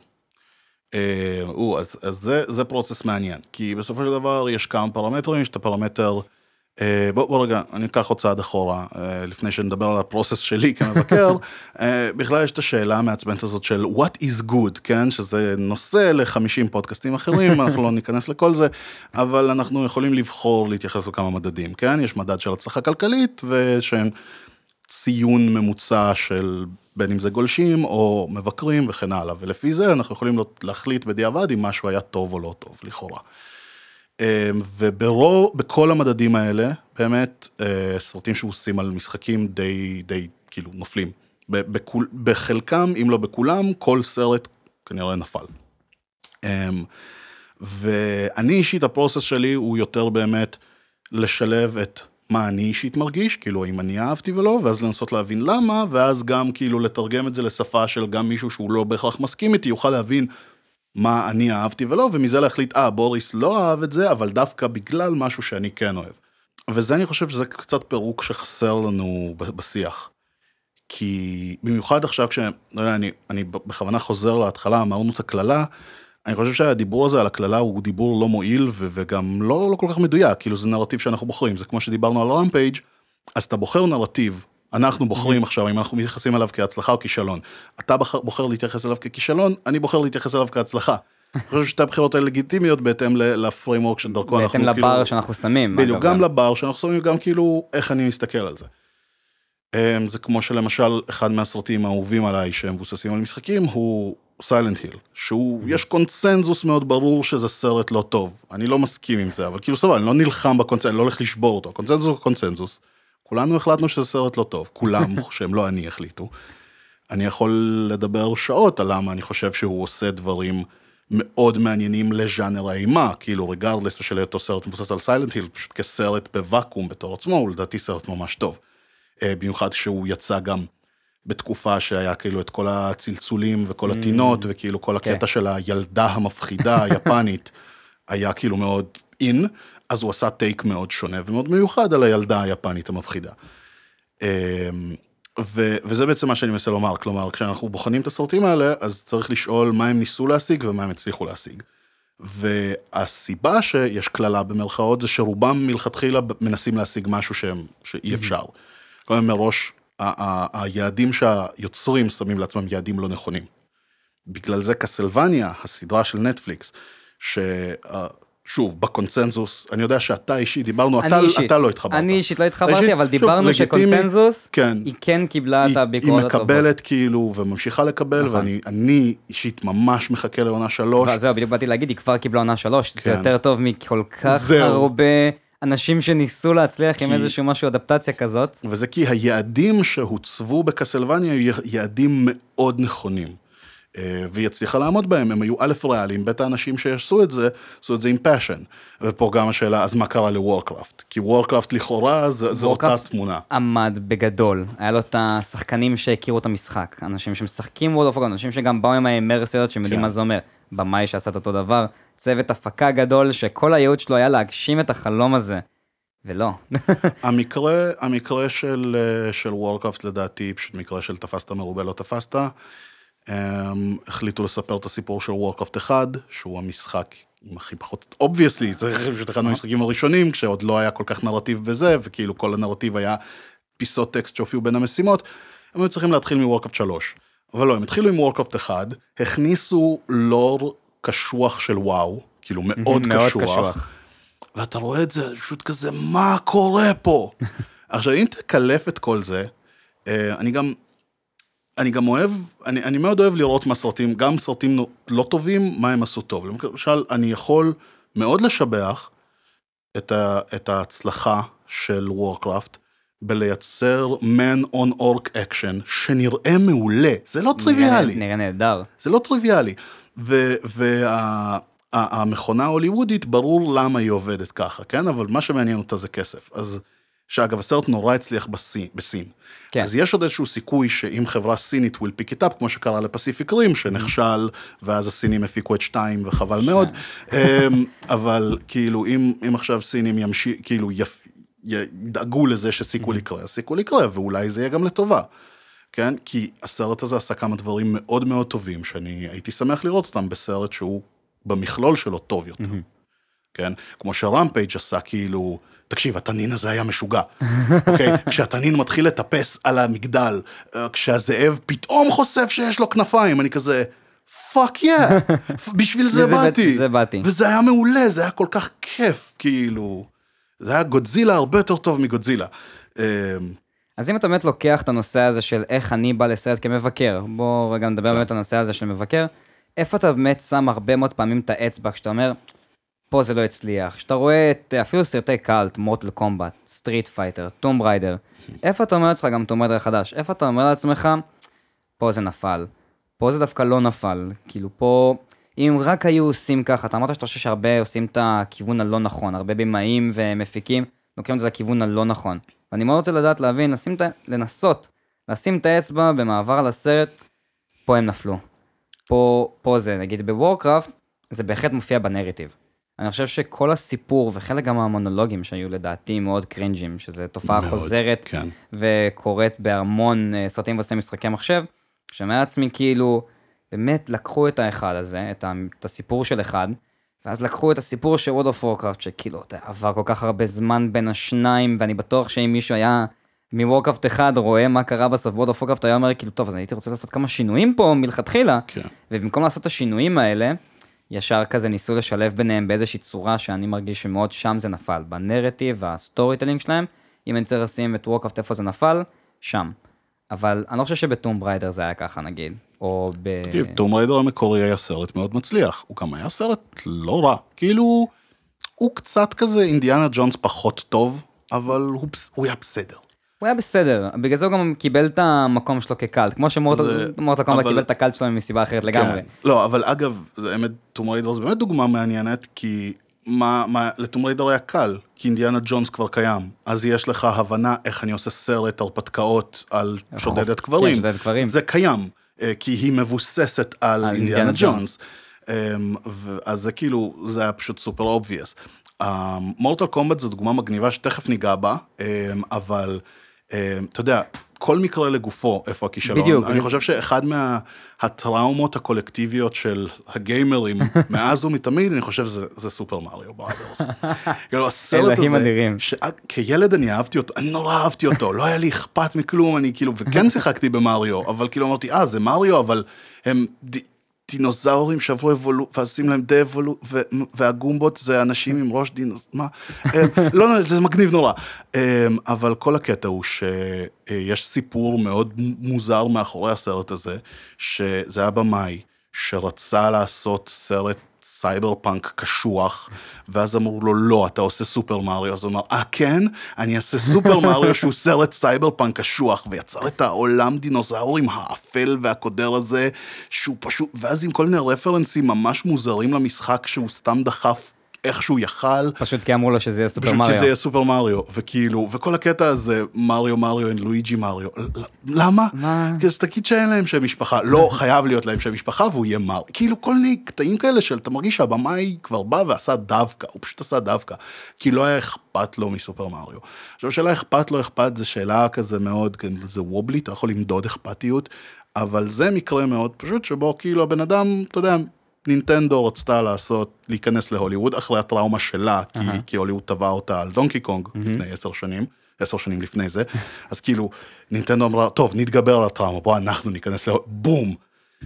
Speaker 2: אז זה פרוצס מעניין, כי בסופו של דבר יש כמה פרמטרים, יש את הפרמטר, בוא רגע, אני אקח עוד צעד אחורה, לפני שנדבר על הפרוצס שלי כמבקר, בכלל יש את השאלה המעצבנת הזאת של what is good, כן, שזה נושא ל-50 פודקאסטים אחרים, אנחנו לא ניכנס לכל זה, אבל אנחנו יכולים לבחור להתייחס לכמה מדדים, כן, יש מדד של הצלחה כלכלית, ושהם ציון ממוצע של בין אם זה גולשים או מבקרים וכן הלאה, ולפי זה אנחנו יכולים להחליט בדיעבד אם משהו היה טוב או לא טוב, לכאורה. ובכל המדדים האלה, באמת, סרטים שעושים על משחקים די כאילו נופלים. בחלקם, אם לא בכולם, כל סרט כנראה נפל. ואני אישית, הפרוסס שלי הוא יותר באמת לשלב את מה אני אישית מרגיש, כאילו אם אני אהבתי ולא, ואז לנסות להבין למה, ואז גם כאילו לתרגם את זה לשפה של גם מישהו שהוא לא בהכרח מסכים איתי, יוכל להבין מה אני אהבתי ולא, ומזה להחליט, בוריס לא אהב את זה, אבל דווקא בגלל משהו שאני כן אוהב. וזה אני חושב שזה קצת פירוק שחסר לנו בשיח. כי במיוחד עכשיו אני בכוונה חוזר להתחלה, אמרנו את הכללה, אני חושב שהדיבור הזה על הכללה הוא דיבור לא מועיל, וגם לא כל כך מדויק, כאילו זה נרטיב שאנחנו בוחרים, זה כמו שדיברנו על רמפייג', אז אתה בוחר נרטיב, אנחנו בוחרים עכשיו, אם אנחנו מתייחסים אליו כהצלחה או כישלון. אתה בוחר להתייחס אליו ככישלון, אני בוחר להתייחס אליו כהצלחה. אני חושב שתי הבחירות האלה לגיטימיות בהתאם לפריימורק של דרכו.
Speaker 1: בהתאם לבר שאנחנו שמים.
Speaker 2: בדיוק, גם לבר שאנחנו שמים, גם כאילו איך אני מסתכל על זה. זה כמו שלמשל, אחד מהסרטים האהובים עליי שהם מבוססים על משחקים, הוא סיילנט היל, יש קונצנזוס מאוד ברור שזה סרט לא טוב. אני לא מסכים עם זה, אבל כאילו סבבה, אני לא נלחם בקונצנזוס, אני לא הולך לשבור אותו. קונצנזוס הוא קונצנזוס. כולנו החלטנו שזה סרט לא טוב. כולם שהם לא אני החליטו. אני יכול לדבר שעות על למה אני חושב שהוא עושה דברים מאוד מעניינים לז'אנר האימה, כאילו רגרדלס של אותו סרט מבוסס על סיילנט היל, פשוט כסרט בוואקום בתור עצמו, הוא לדעתי סרט ממש טוב. במיוחד שהוא יצא גם בתקופה שהיה כאילו את כל הצלצולים וכל הטינות, וכאילו כל הקטע של הילדה המפחידה היפנית, היה כאילו מאוד אין, אז הוא עשה טייק מאוד שונה ומאוד מיוחד על הילדה היפנית המפחידה. וזה בעצם מה שאני מנסה לומר, כלומר, כשאנחנו בוחנים את הסרטים האלה, אז צריך לשאול מה הם ניסו להשיג ומה הם הצליחו להשיג. והסיבה שיש כללה במרכאות, זה שרובם מלכתחילה מנסים להשיג משהו שאי אפשר. כלומר, מראש, היעדים שהיוצרים שמים לעצמם יעדים לא נכונים. בגלל זה קסלווניה, הסדרה של נטפליקס, שוב, בקונצנזוס, אני יודע שאתה אישית, דיברנו, אתה לא התחברת.
Speaker 1: אני אישית לא התחברתי, אבל דיברנו שקונצנזוס, היא כן קיבלה את הביקורת הטובות.
Speaker 2: היא מקבלת כאילו, וממשיכה לקבל, ואני אישית ממש מחכה לעונה 3.
Speaker 1: וזהו, בדיוק באתי להגיד, היא כבר קיבלה עונה 3, זה יותר טוב מכל כך הרבה אנשים שניסו להצליח עם איזשהו משהו, אדפטציה כזאת.
Speaker 2: וזה כי היעדים שהוצבו בקסלווניה היו יעדים מאוד נכונים. והיא הצליחה לעמוד בהם, הם היו א' ריאליים, בית האנשים שעשו את זה, עשו את זה עם פאשן. ופה גם השאלה, אז מה קרה לוורקראפט? כי וורקראפט לכאורה זה אותה תמונה.
Speaker 1: עמד בגדול, היה לו את השחקנים שהכירו את המשחק, אנשים שמשחקים וורלד אוף וורקראפט, אנשים שגם באו עם האמרסיות שהם יודעים מה זה אומר, במאי שעשה את אותו דבר, צוות הפקה גדול שכל הייעוד שלו היה להגשים את החלום הזה, ולא.
Speaker 2: המקרה של וורקראפט לדעתי, פשוט מקרה של תפסת מרובה לא תפסת, החליטו לספר את הסיפור של וורקראפט 1, שהוא המשחק עם הכי פחות, obviously, זה פשוט אחד מהמשחקים הראשונים, כשעוד לא היה כל כך נרטיב בזה, וכאילו כל הנרטיב היה פיסות טקסט שהופיעו בין המשימות, הם היו צריכים להתחיל מוורקראפט 3. אבל לא, הם התחילו עם וורקראפט 1, הכניסו לור קשוח של וואו, כאילו מאוד קשוח, ואתה רואה את זה, פשוט כזה, מה קורה פה? עכשיו, אם תקלף את כל זה, אני גם אוהב, אני מאוד אוהב לראות מהסרטים, גם סרטים לא טובים, מה הם עשו טוב. למשל, אני יכול מאוד לשבח את ההצלחה של וורקראפט, בלייצר man on orc action, שנראה מעולה. זה לא טריוויאלי.
Speaker 1: נראה נהדר.
Speaker 2: זה לא טריוויאלי. והמכונה ההוליוודית, ברור למה היא עובדת ככה, כן? אבל מה שמעניין אותה זה כסף. אז שאגב, הסרט נורא הצליח בסין. כן. אז יש עוד איזשהו סיכוי שאם חברה סינית will pick it up, כמו שקרה לפסיפיק רים, שנכשל, ואז הסינים הפיקו את 2, וחבל מאוד. אבל כאילו, אם עכשיו סינים כאילו ידאגו לזה שסיכוי יקרה, סיכוי יקרה, ואולי זה יהיה גם לטובה. כן? כי הסרט הזה עשה כמה דברים מאוד מאוד טובים, שאני הייתי שמח לראות אותם בסרט שהוא במכלול שלו טוב יותר. כן? כמו שרמפייג' עשה כאילו, תקשיב, התנין הזה היה משוגע, אוקיי? כשהתנין מתחיל לטפס על המגדל, כשהזאב פתאום חושף שיש לו כנפיים, אני כזה, פאק יא, בשביל זה באתי. וזה היה מעולה, זה היה כל כך כיף, כאילו, זה היה גודזילה הרבה יותר טוב מגודזילה.
Speaker 1: אז אם אתה באמת לוקח את הנושא הזה של איך אני בא לסרט כמבקר, בוא רגע נדבר באמת על הנושא הזה של מבקר, איפה אתה באמת שם הרבה מאוד פעמים את האצבע, כשאתה אומר, פה זה לא הצליח. כשאתה רואה את אפילו סרטי קאלט, מורטל קומבט, סטריט פייטר, טום בריידר, איפה אתה אומר לעצמך גם טום בריידר חדש? איפה אתה אומר לעצמך, פה זה נפל. פה זה דווקא לא נפל. כאילו פה, אם רק היו עושים ככה, אתה אמרת שאתה חושב שהרבה עושים את הכיוון הלא נכון, הרבה במאים ומפיקים, לוקחים את זה לכיוון הלא נכון. ואני מאוד רוצה לדעת להבין, לנסות, לשים את האצבע במעבר על הסרט, פה הם נפלו. פה זה, נגיד בוורקראפט, זה בהחלט מופיע בנרטיב. אני חושב שכל הסיפור, וחלק גם המונולוגים שהיו לדעתי מאוד קרינג'ים, שזו תופעה מאוד, חוזרת, כן. וקורית בהמון סרטים ועושה משחקי מחשב, שמעצמי כאילו, באמת לקחו את האחד הזה, את הסיפור של אחד, ואז לקחו את הסיפור של World of Warcraft, שכאילו, עבר כל כך הרבה זמן בין השניים, ואני בטוח שאם מישהו היה מוורקראפט 1 רואה מה קרה בסוף World of Warcraft, היה אומר כאילו, טוב, אז אני הייתי רוצה לעשות כמה שינויים פה מלכתחילה,
Speaker 2: כן.
Speaker 1: ובמקום לעשות את השינויים האלה, ישר כזה ניסו לשלב ביניהם באיזושהי צורה שאני מרגיש שמאוד שם זה נפל, בנרטיב, הסטורי טלינג שלהם, אם אני צריך לשים את וורקראפט איפה זה נפל, שם. אבל אני לא חושב שבטום בריידר זה היה ככה נגיד, או
Speaker 2: תקשיב, טום ריידר המקורי היה סרט מאוד מצליח, הוא גם היה סרט לא רע, כאילו, הוא קצת כזה אינדיאנה ג'ונס פחות טוב, אבל הוא היה בסדר.
Speaker 1: הוא היה בסדר, בגלל זה הוא גם קיבל את המקום שלו כקלט, כמו שמורטל קומבט קיבל את הקלט שלו מסיבה אחרת לגמרי.
Speaker 2: לא, אבל אגב, טום ריידר זה באמת דוגמה מעניינת, כי לטום ריידר היה קל, כי אינדיאנה ג'ונס כבר קיים, אז יש לך הבנה איך אני עושה סרט הרפתקאות על שודדת קברים. זה קיים, כי היא מבוססת על אינדיאנה ג'ונס. אז זה כאילו, זה היה פשוט סופר אובוויאס. מורטל קומבט זו דוגמה מגניבה שתכף ניגע בה, אבל אתה יודע, כל מקרה לגופו, איפה הכישלון.
Speaker 1: בדיוק.
Speaker 2: אני חושב שאחד מהטראומות הקולקטיביות של הגיימרים מאז ומתמיד, אני חושב שזה סופר מריו בראדרס. כאילו, הסרט הזה, כילד אני אהבתי אותו, אני נורא אהבתי אותו, לא היה לי אכפת מכלום, אני כאילו, וכן שיחקתי במריו, אבל כאילו אמרתי, זה מריו, אבל הם דינוזאורים שעברו ועושים להם והגומבות זה אנשים עם ראש מה? לא, זה מגניב נורא. אבל כל הקטע הוא שיש סיפור מאוד מוזר מאחורי הסרט הזה, שזה היה במאי שרצה לעשות סרט סייבר פאנק קשוח, ואז אמרו לו, לא, אתה עושה סופר מריו, אז הוא אמר, כן, אני אעשה סופר מריו שהוא סרט סייבר פאנק קשוח, ויצר את העולם דינוזאורים האפל והקודר הזה, שהוא פשוט, ואז עם כל מיני רפרנסים ממש מוזרים למשחק, שהוא סתם דחף איכשהו יכל.
Speaker 1: פשוט כי אמרו לו שזה יהיה סופר מריו.
Speaker 2: פשוט כי זה יהיה סופר מריו, וכאילו, וכל הקטע הזה, מריו, אין לואיג'י מריו. למה? כי אז תגיד שאין להם שם משפחה. לא חייב להיות להם שם משפחה, והוא יהיה מריו. כאילו, כל מיני קטעים כאלה של, אתה מרגיש שהבמאי כבר בא ועשה דווקא, הוא פשוט עשה דווקא, כי לא היה אכפת לו מסופר מריו. עכשיו, שאלה אכפת לא אכפת, זה שאלה כזה מאוד, זה וובלי, אתה יכול למדוד אכפתיות, אבל זה מקרה מאוד פשוט, שבו כאילו הבן אדם, אתה יודע, נינטנדו רצתה להיכנס להוליווד, אחרי הטראומה שלה, כי הוליווד טבע אותה על דונקי קונג לפני 10 שנים, 10 שנים לפני זה, אז כאילו, נינטנדו אמרה, טוב, נתגבר על הטראומה, בוא אנחנו ניכנס להוליווד, בום.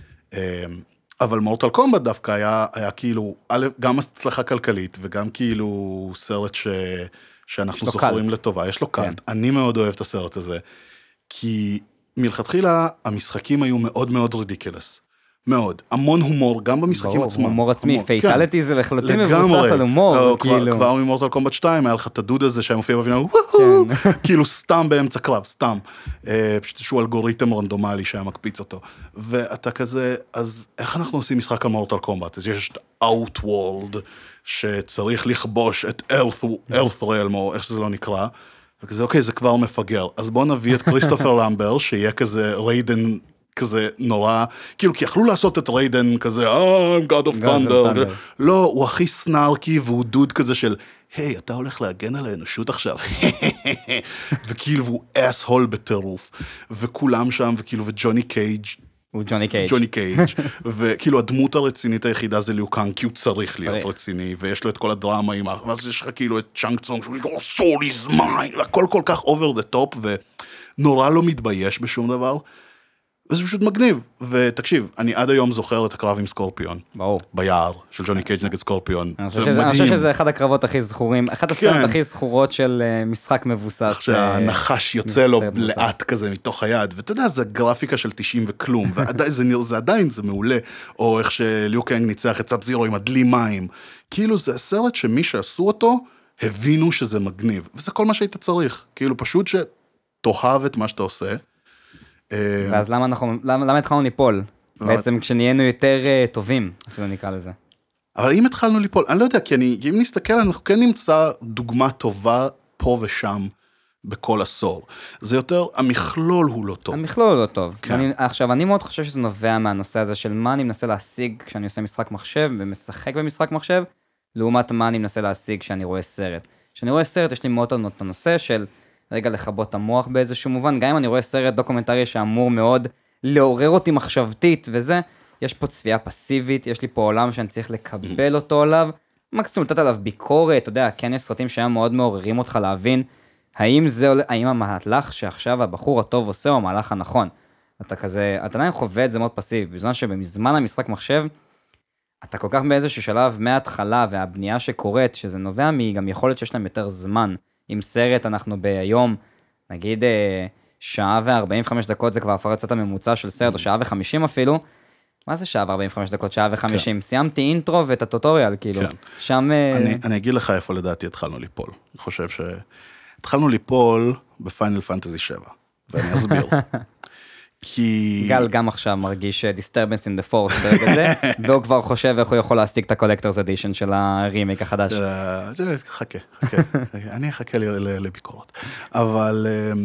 Speaker 2: אבל מורטל קומבט דווקא היה כאילו, גם הצלחה כלכלית, וגם כאילו סרט שאנחנו זוכרים לטובה, יש לו קלט, אני מאוד אוהב את הסרט הזה, כי מלכתחילה המשחקים היו מאוד מאוד רדיקלס. מאוד, המון הומור, גם במשחקים עצמם.
Speaker 1: הומור עצמי, פייטליטי זה לחלוטין מבוסס על הומור.
Speaker 2: כבר ממורטל קומבט 2, היה לך את הדוד הזה שהיה מופיע בפינה, כאילו סתם באמצע קרב, סתם. פשוט איזשהו אלגוריתם רנדומלי שהיה מקפיץ אותו. ואתה כזה, אז איך אנחנו עושים משחק על מורטל קומבט? אז יש את Outworld, שצריך לכבוש את Earth Realm, או איך שזה לא נקרא, וכזה, אוקיי, זה כבר מפגר. אז בואו נביא את כריסטופר למבר, שיהיה כזה ריידן, כזה נורא, כאילו, כי יכלו לעשות את ריידן כזה, I'm God of Thunder. לא, הוא הכי סנארקי, והוא דוד כזה של, היי, אתה הולך להגן על האנושות עכשיו. וכאילו, הוא אס-הול בטירוף. וכולם שם, וכאילו, וג'וני קייג'
Speaker 1: הוא ג'וני קייג'.
Speaker 2: ג'וני קייג'. וכאילו, הדמות הרצינית היחידה זה ליו קאנג, כי הוא צריך להיות רציני, ויש לו את כל הדרמה עם, ואז יש לך כאילו את צ'אנג צונג, שהוא אומר, soul is mine, הכל כל כך over the top, ונורא לא מתבייש בשום דבר. וזה פשוט מגניב, ותקשיב, אני עד היום זוכר את הקרב עם סקורפיון.
Speaker 1: ברור.
Speaker 2: ביער, של ג'וני קייג' נגד סקורפיון.
Speaker 1: אני חושב שזה אחד הקרבות הכי זכורים, אחת הסרט הכי זכורות של משחק מבוסס.
Speaker 2: שהנחש יוצא לו לאט כזה מתוך היד, ואתה יודע, זה גרפיקה של 90 וכלום, זה עדיין זה מעולה, או איך שליו קאנג ניצח את סאב זירו עם הדלי מים. כאילו זה סרט שמי שעשו אותו, הבינו שזה מגניב, וזה כל מה שהיית צריך. כאילו פשוט שתאהב את מה שאתה עושה,
Speaker 1: ואז למה התחלנו ליפול? בעצם כשנהיינו יותר טובים, אפילו נקרא לזה.
Speaker 2: אבל אם התחלנו ליפול, אני לא יודע, כי אם נסתכל, אנחנו כן נמצא דוגמה טובה פה ושם בכל עשור. זה יותר, המכלול הוא לא טוב.
Speaker 1: המכלול הוא לא טוב. עכשיו, אני מאוד חושב שזה נובע מהנושא הזה של מה אני מנסה להשיג כשאני עושה משחק מחשב ומשחק במשחק מחשב, לעומת מה אני מנסה להשיג כשאני רואה סרט. כשאני רואה סרט, יש לי מאוד את הנושא של רגע לחבות המוח באיזשהו מובן, גם אם אני רואה סרט דוקומנטרי שאמור מאוד לעורר אותי מחשבתית וזה, יש פה צפייה פסיבית, יש לי פה עולם שאני צריך לקבל אותו עליו, מקסימום לתת עליו ביקורת, אתה יודע, כן יש סרטים שהם מאוד מעוררים אותך להבין, האם המהלך שעכשיו הבחור הטוב עושה, הוא המהלך הנכון? אתה כזה, אתה עדיין חווה את זה מאוד פסיבי, בזמן שבזמן המשחק מחשב, אתה כל כך באיזשהו שלב מההתחלה והבנייה שקורית, שזה נובע גם יכולת שיש להם יותר זמן. עם סרט אנחנו ביום, נגיד שעה ו-45 דקות, זה כבר הפך לצאת הממוצע של סרט, או שעה ו-50 אפילו. מה זה שעה ו-45 דקות? שעה ו-50. סיימתי אינטרו ואת הטוטוריאל, כאילו. שם...
Speaker 2: אני אגיד לך איפה לדעתי התחלנו ליפול. אני חושב שהתחלנו ליפול בפיינל פנטזי 7, ואני אסביר. כי... גל
Speaker 1: גם עכשיו מרגיש disturbance in the force ברגע זה, והוא כבר חושב איך הוא יכול להשיג את ה-collector's edition של הרימייק החדש.
Speaker 2: חכה, אני אחכה לביקורות. אבל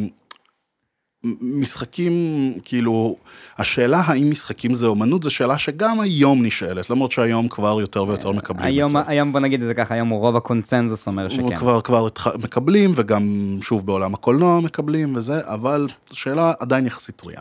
Speaker 2: משחקים, כאילו, השאלה האם משחקים זה אומנות, זו שאלה שגם היום נשאלת, למרות שהיום כבר יותר ויותר מקבלים את זה.
Speaker 1: היום בוא נגיד את זה ככה, היום הוא רוב הקונצנזוס אומר שכן.
Speaker 2: כבר מקבלים, וגם שוב בעולם הקולנוע מקבלים וזה, אבל שאלה עדיין יחסית טריה.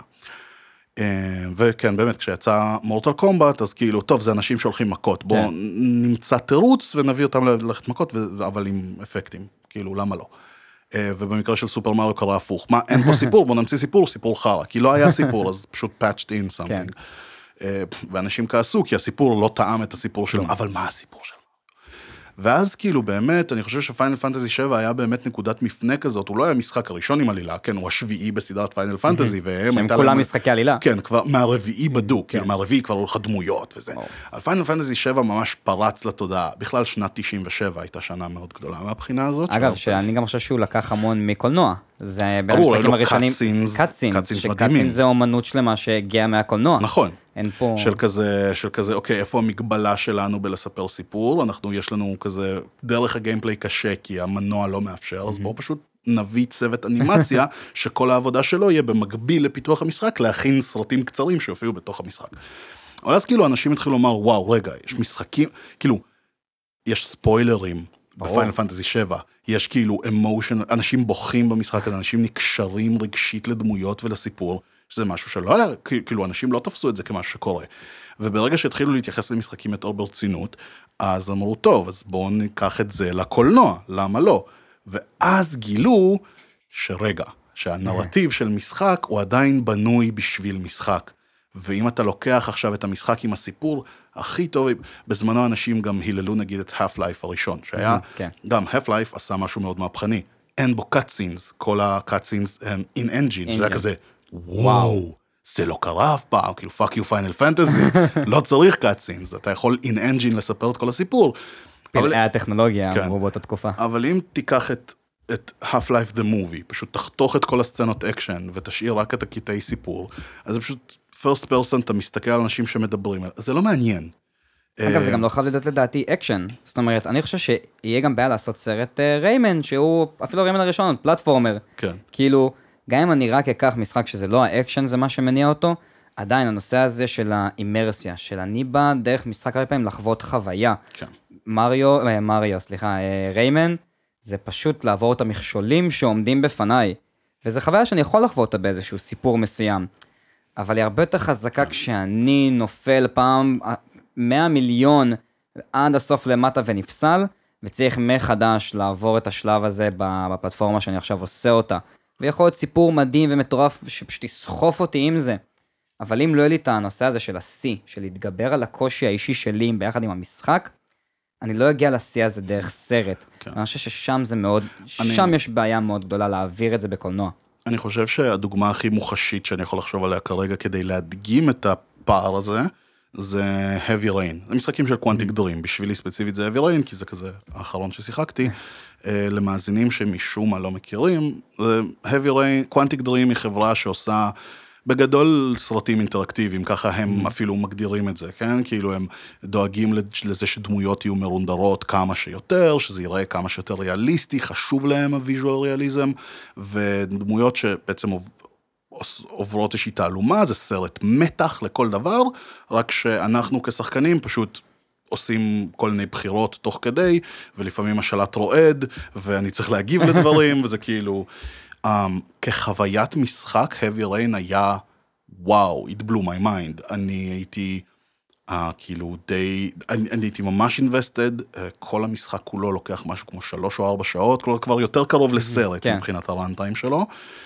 Speaker 2: וכן, באמת, כשיצא מורטל קומבט, אז כאילו, טוב, זה אנשים שהולכים מכות, בואו נמצא תירוץ ונביא אותם ללכת מכות, אבל עם אפקטים, כאילו, למה לא? ובמקרה של סופר מריו קרה הפוך. מה, אין פה סיפור, בוא נמציא סיפור חרה, כי לא היה סיפור, אז פשוט patched in something. ואנשים כעסו, כי הסיפור לא טעם את הסיפור שלהם, אבל מה הסיפור שלהם? ואז כאילו באמת, אני חושב שפיינל פנטזי 7 היה באמת נקודת מפנה כזאת, הוא לא היה המשחק הראשון עם עלילה, כן, הוא השביעי בסדרת פיינל פנטזי,
Speaker 1: הם כולם משחקי עלילה.
Speaker 2: כן, כבר מהרביעי בדוק, כאילו מהרביעי כבר הולכה דמויות וזה. על פיינל פנטזי 7 ממש פרץ לתודעה, בכלל שנת 97 הייתה שנה מאוד גדולה מהבחינה הזאת.
Speaker 1: אגב, שאני גם חושב שהוא לקח המון מקולנוע, זה בין המשחקים הראשונים, קאטסינס זה אומנות שלמה שהגיעה מהקולנוע.
Speaker 2: נכון. של כזה, אוקיי, איפה המגבלה שלנו בלספר סיפור? יש לנו כזה, דרך הגיימפליי קשה, כי המנוע לא מאפשר, אז בואו פשוט נביא צוות אנימציה, שכל העבודה שלו יהיה במקביל לפיתוח המשחק, להכין סרטים קצרים שיופיעו בתוך המשחק. אבל אז כאילו אנשים התחילו לומר, וואו, רגע, יש משחקים, כאילו, יש ספוילרים בפיינל פנטזי 7, יש כאילו אמושן, אנשים בוכים במשחק, אנשים נקשרים רגשית לדמויות ולסיפור, שזה משהו שלא היה, כאילו אנשים לא תפסו את זה כמשהו שקורה. וברגע שהתחילו להתייחס למשחקים יותר ברצינות, אז אמרו, טוב, אז בואו ניקח את זה לקולנוע, למה לא? ואז גילו שרגע, שהנרטיב של משחק הוא עדיין בנוי בשביל משחק. ואם אתה לוקח עכשיו את המשחק עם הסיפור הכי טוב, בזמנו אנשים גם היללו נגיד את Half-Life הראשון, שהיה, גם Half-Life עשה משהו מאוד מהפכני. אין בו cutscenes, כל ה-cutscenes הם in engine, זה היה כזה, וואו, זה לא קרה אף פעם, כאילו fuck you Final Fantasy, לא צריך cutscenes, אתה יכול in engine לספר את כל הסיפור.
Speaker 1: פלאי הטכנולוגיה, אמרו באותה תקופה.
Speaker 2: אבל אם תיקח את Half-Life the Movie, פשוט תחתוך את כל הסצנות אקשן, ותשאיר רק את הקטעי סיפור, אז זה פשוט first person, אתה מסתכל על אנשים שמדברים, אז זה לא מעניין.
Speaker 1: אגב, זה גם לא חייב להיות לדעתי אקשן, זאת אומרת, אני חושב שיהיה גם בעיה לעשות סרט ריימן, שהוא אפילו ריימן הראשון, פלטפורמר.
Speaker 2: כן.
Speaker 1: כאילו, גם אם אני רק אקח משחק שזה לא האקשן, זה מה שמניע אותו, עדיין הנושא הזה של האימרסיה, של אני בא דרך משחק הרבה פעמים לחוות חוויה.
Speaker 2: כן.
Speaker 1: ריימן, זה פשוט לעבור את המכשולים שעומדים בפניי, וזו חוויה שאני יכול לחוות אותה באיזשהו סיפור מסוים, אבל היא הרבה יותר חזקה כשאני נופל פעם 100 מיליון עד הסוף למטה ונפסל, וצריך מחדש לעבור את השלב הזה בפלטפורמה שאני עכשיו עושה אותה, ויכול להיות סיפור מדהים ומטורף שפשוט יסחוף אותי עם זה, אבל אם לא יהיה לי את הנושא הזה של ה-C, של להתגבר על הקושי האישי שלי ביחד עם המשחק, אני לא אגיע ל-C הזה דרך סרט. אני חושב ששם זה מאוד, שם יש בעיה מאוד גדולה להעביר את זה בקולנוע.
Speaker 2: אני חושב שהדוגמה הכי מוחשית שאני יכול לחשוב עליה כרגע כדי להדגים את הפער הזה, זה Heavy Rain. זה משחקים של קוונטיק דרים, בשבילי ספציפית זה Heavy Rain, כי זה כזה האחרון ששיחקתי, למאזינים שמשום מה לא מכירים, Heavy Rain, קוונטיק דרים היא חברה שעושה בגדול סרטים אינטראקטיביים, ככה הם אפילו מגדירים את זה, כן? כאילו הם דואגים לזה שדמויות יהיו מרונדרות כמה שיותר, שזה ייראה כמה שיותר ריאליסטי, חשוב להם הוויז'ואל ריאליזם, ודמויות שבעצם עוברות איזושהי תעלומה, זה סרט מתח לכל דבר, רק שאנחנו כשחקנים פשוט עושים כל מיני בחירות תוך כדי, ולפעמים השלט רועד, ואני צריך להגיב לדברים, וזה כאילו... כחוויית משחק, Heavy Rain היה, וואו, it blew my mind. אני הייתי כאילו אני הייתי ממש invested, כל המשחק כולו לוקח משהו כמו 3 או 4 שעות, כבר יותר קרוב לסרט מבחינת הראנטיים שלו,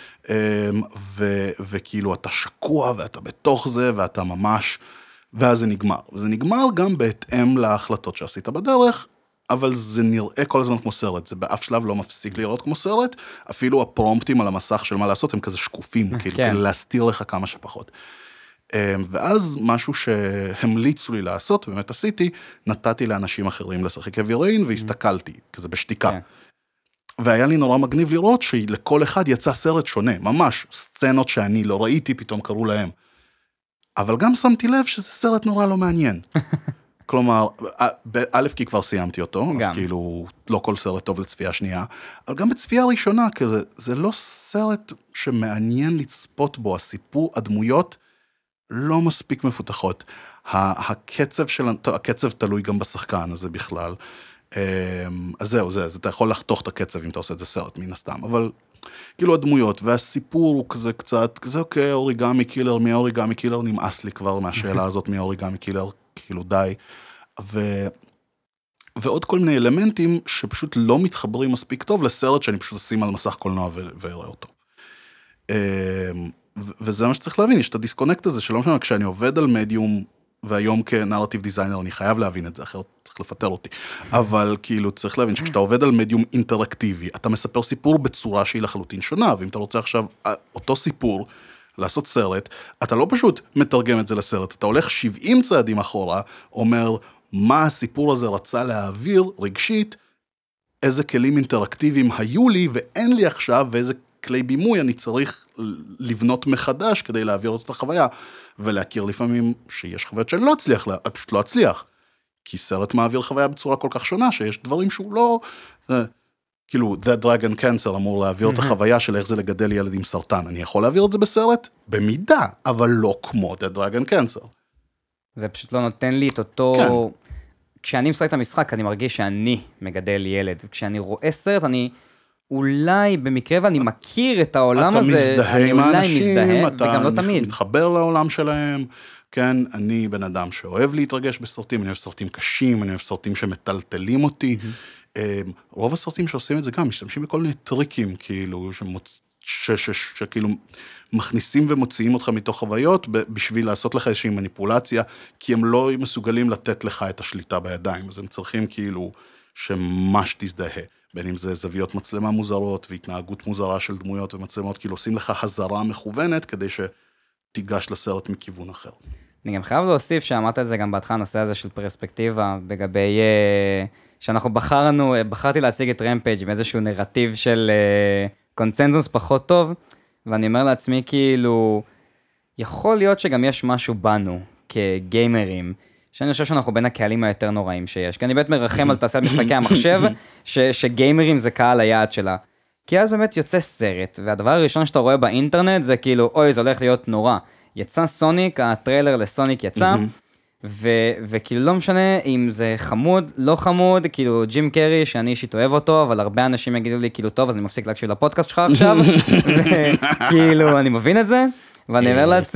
Speaker 2: וכאילו אתה שקוע ואתה בתוך זה ואתה ממש, ואז זה נגמר. וזה נגמר גם בהתאם להחלטות שעשית בדרך, אבל זה נראה כל הזמן כמו סרט, זה באף שלב לא מפסיק לראות כמו סרט, אפילו הפרומפטים על המסך של מה לעשות הם כזה שקופים, כאילו כדי להסתיר לך כמה שפחות. ואז משהו שהמליצו לי לעשות, באמת עשיתי, נתתי לאנשים אחרים לשחק heavy rain, והסתכלתי, כזה בשתיקה. והיה לי נורא מגניב לראות שלכל אחד יצא סרט שונה, ממש, סצנות שאני לא ראיתי, פתאום קראו להם. אבל גם שמתי לב שזה סרט נורא לא מעניין. כלומר, א' כי כבר סיימתי אותו, אז כאילו לא כל סרט טוב לצפייה שנייה, אבל גם בצפייה ראשונה, כזה, זה לא סרט שמעניין לצפות בו, הסיפור, הדמויות, לא מספיק מפותחות. הקצב תלוי גם בשחקן הזה בכלל. אז זהו, אתה יכול לחתוך את הקצב אם אתה עושה את זה סרט מן הסתם, אבל כאילו הדמויות והסיפור הוא כזה קצת, כזה אוקיי, אוריגמי קילר, מי אוריגמי קילר, נמאס לי כבר מהשאלה הזאת, מי אוריגמי קילר, כאילו די. ועוד כל מיני אלמנטים שפשוט לא מתחברים מספיק טוב לסרט שאני פשוט אשים על מסך קולנוע ואראה אותו. וזה מה שצריך להבין, יש את הדיסקונקט הזה, שלא משנה, כשאני עובד על מדיום, והיום כנרטיב דיזיינר, אני חייב להבין את זה, אחרת צריך לפטר אותי. אבל כאילו צריך להבין, שכשאתה עובד על מדיום אינטראקטיבי, אתה מספר סיפור בצורה שהיא לחלוטין שונה, ואם אתה רוצה עכשיו אותו סיפור, לעשות סרט, אתה לא פשוט מתרגם את זה לסרט, אתה הולך 70 צעדים אחורה, אומר, מה הסיפור הזה רצה להעביר רגשית, איזה כלים אינטראקטיביים היו לי, ואין לי עכשיו, ואיזה כלי בימוי אני צריך לבנות מחדש כדי להעביר את החוויה, ולהכיר לפעמים שיש חוויות שאני לא אצליח, פשוט לא אצליח, כי סרט מעביר חוויה בצורה כל כך שונה, שיש דברים שהוא לא, כאילו, That Dragon Cancer אמור להעביר את החוויה של איך זה לגדל ילד עם סרטן, אני יכול להעביר את זה בסרט? במידה, אבל לא כמו That Dragon Cancer.
Speaker 1: זה פשוט לא נותן לי את אותו, כשאני משחק את המשחק, אני מרגיש שאני מגדל ילד, וכשאני רואה סרט, אני אולי במקרה ואני מכיר את העולם הזה, אני אולי מזדהה, וגם לא תמיד.
Speaker 2: אתה מתחבר לעולם שלהם, כן, אני בן אדם שאוהב להתרגש בסרטים, אני אוהב סרטים קשים, אני אוהב סרטים שמטלטלים אותי, רוב הסרטים שעושים את זה גם, משתמשים בכל מיני טריקים, כאילו, שכאילו מכניסים ומוציאים אותך מתוך חוויות, בשביל לעשות לך איזושהי מניפולציה, כי הם לא מסוגלים לתת לך את השליטה בידיים, אז הם צריכים כאילו, שמש תזדהה. בין אם זה זוויות מצלמה מוזרות, והתנהגות מוזרה של דמויות ומצלמות, כאילו עושים לך חזרה מכוונת, כדי שתיגש לסרט מכיוון אחר.
Speaker 1: אני גם חייב להוסיף, שאמרת את זה גם בהתחלה, הנושא הזה של פרספקטיבה, בגבי שאנחנו בחרתי להציג את רמפייג' עם איזשהו נרטיב של קונצנזוס פחות טוב, ואני אומר לעצמי כאילו, יכול להיות שגם יש משהו בנו, כגיימרים, שאני חושב שאנחנו בין הקהלים היותר נוראים שיש, כי אני באמת מרחם על תעשיית משחקי המחשב, שגיימרים זה קהל היעד שלה. כי אז באמת יוצא סרט, והדבר הראשון שאתה רואה באינטרנט זה כאילו, אוי, זה הולך להיות נורא. יצא סוניק, הטריילר לסוניק יצא, וכאילו לא משנה אם זה חמוד, לא חמוד, כאילו ג'ים קרי, שאני אישית אוהב אותו, אבל הרבה אנשים יגידו לי, כאילו, טוב, אז אני מפסיק להקשיב לפודקאסט שלך עכשיו, וכאילו, אני מבין את זה, ואני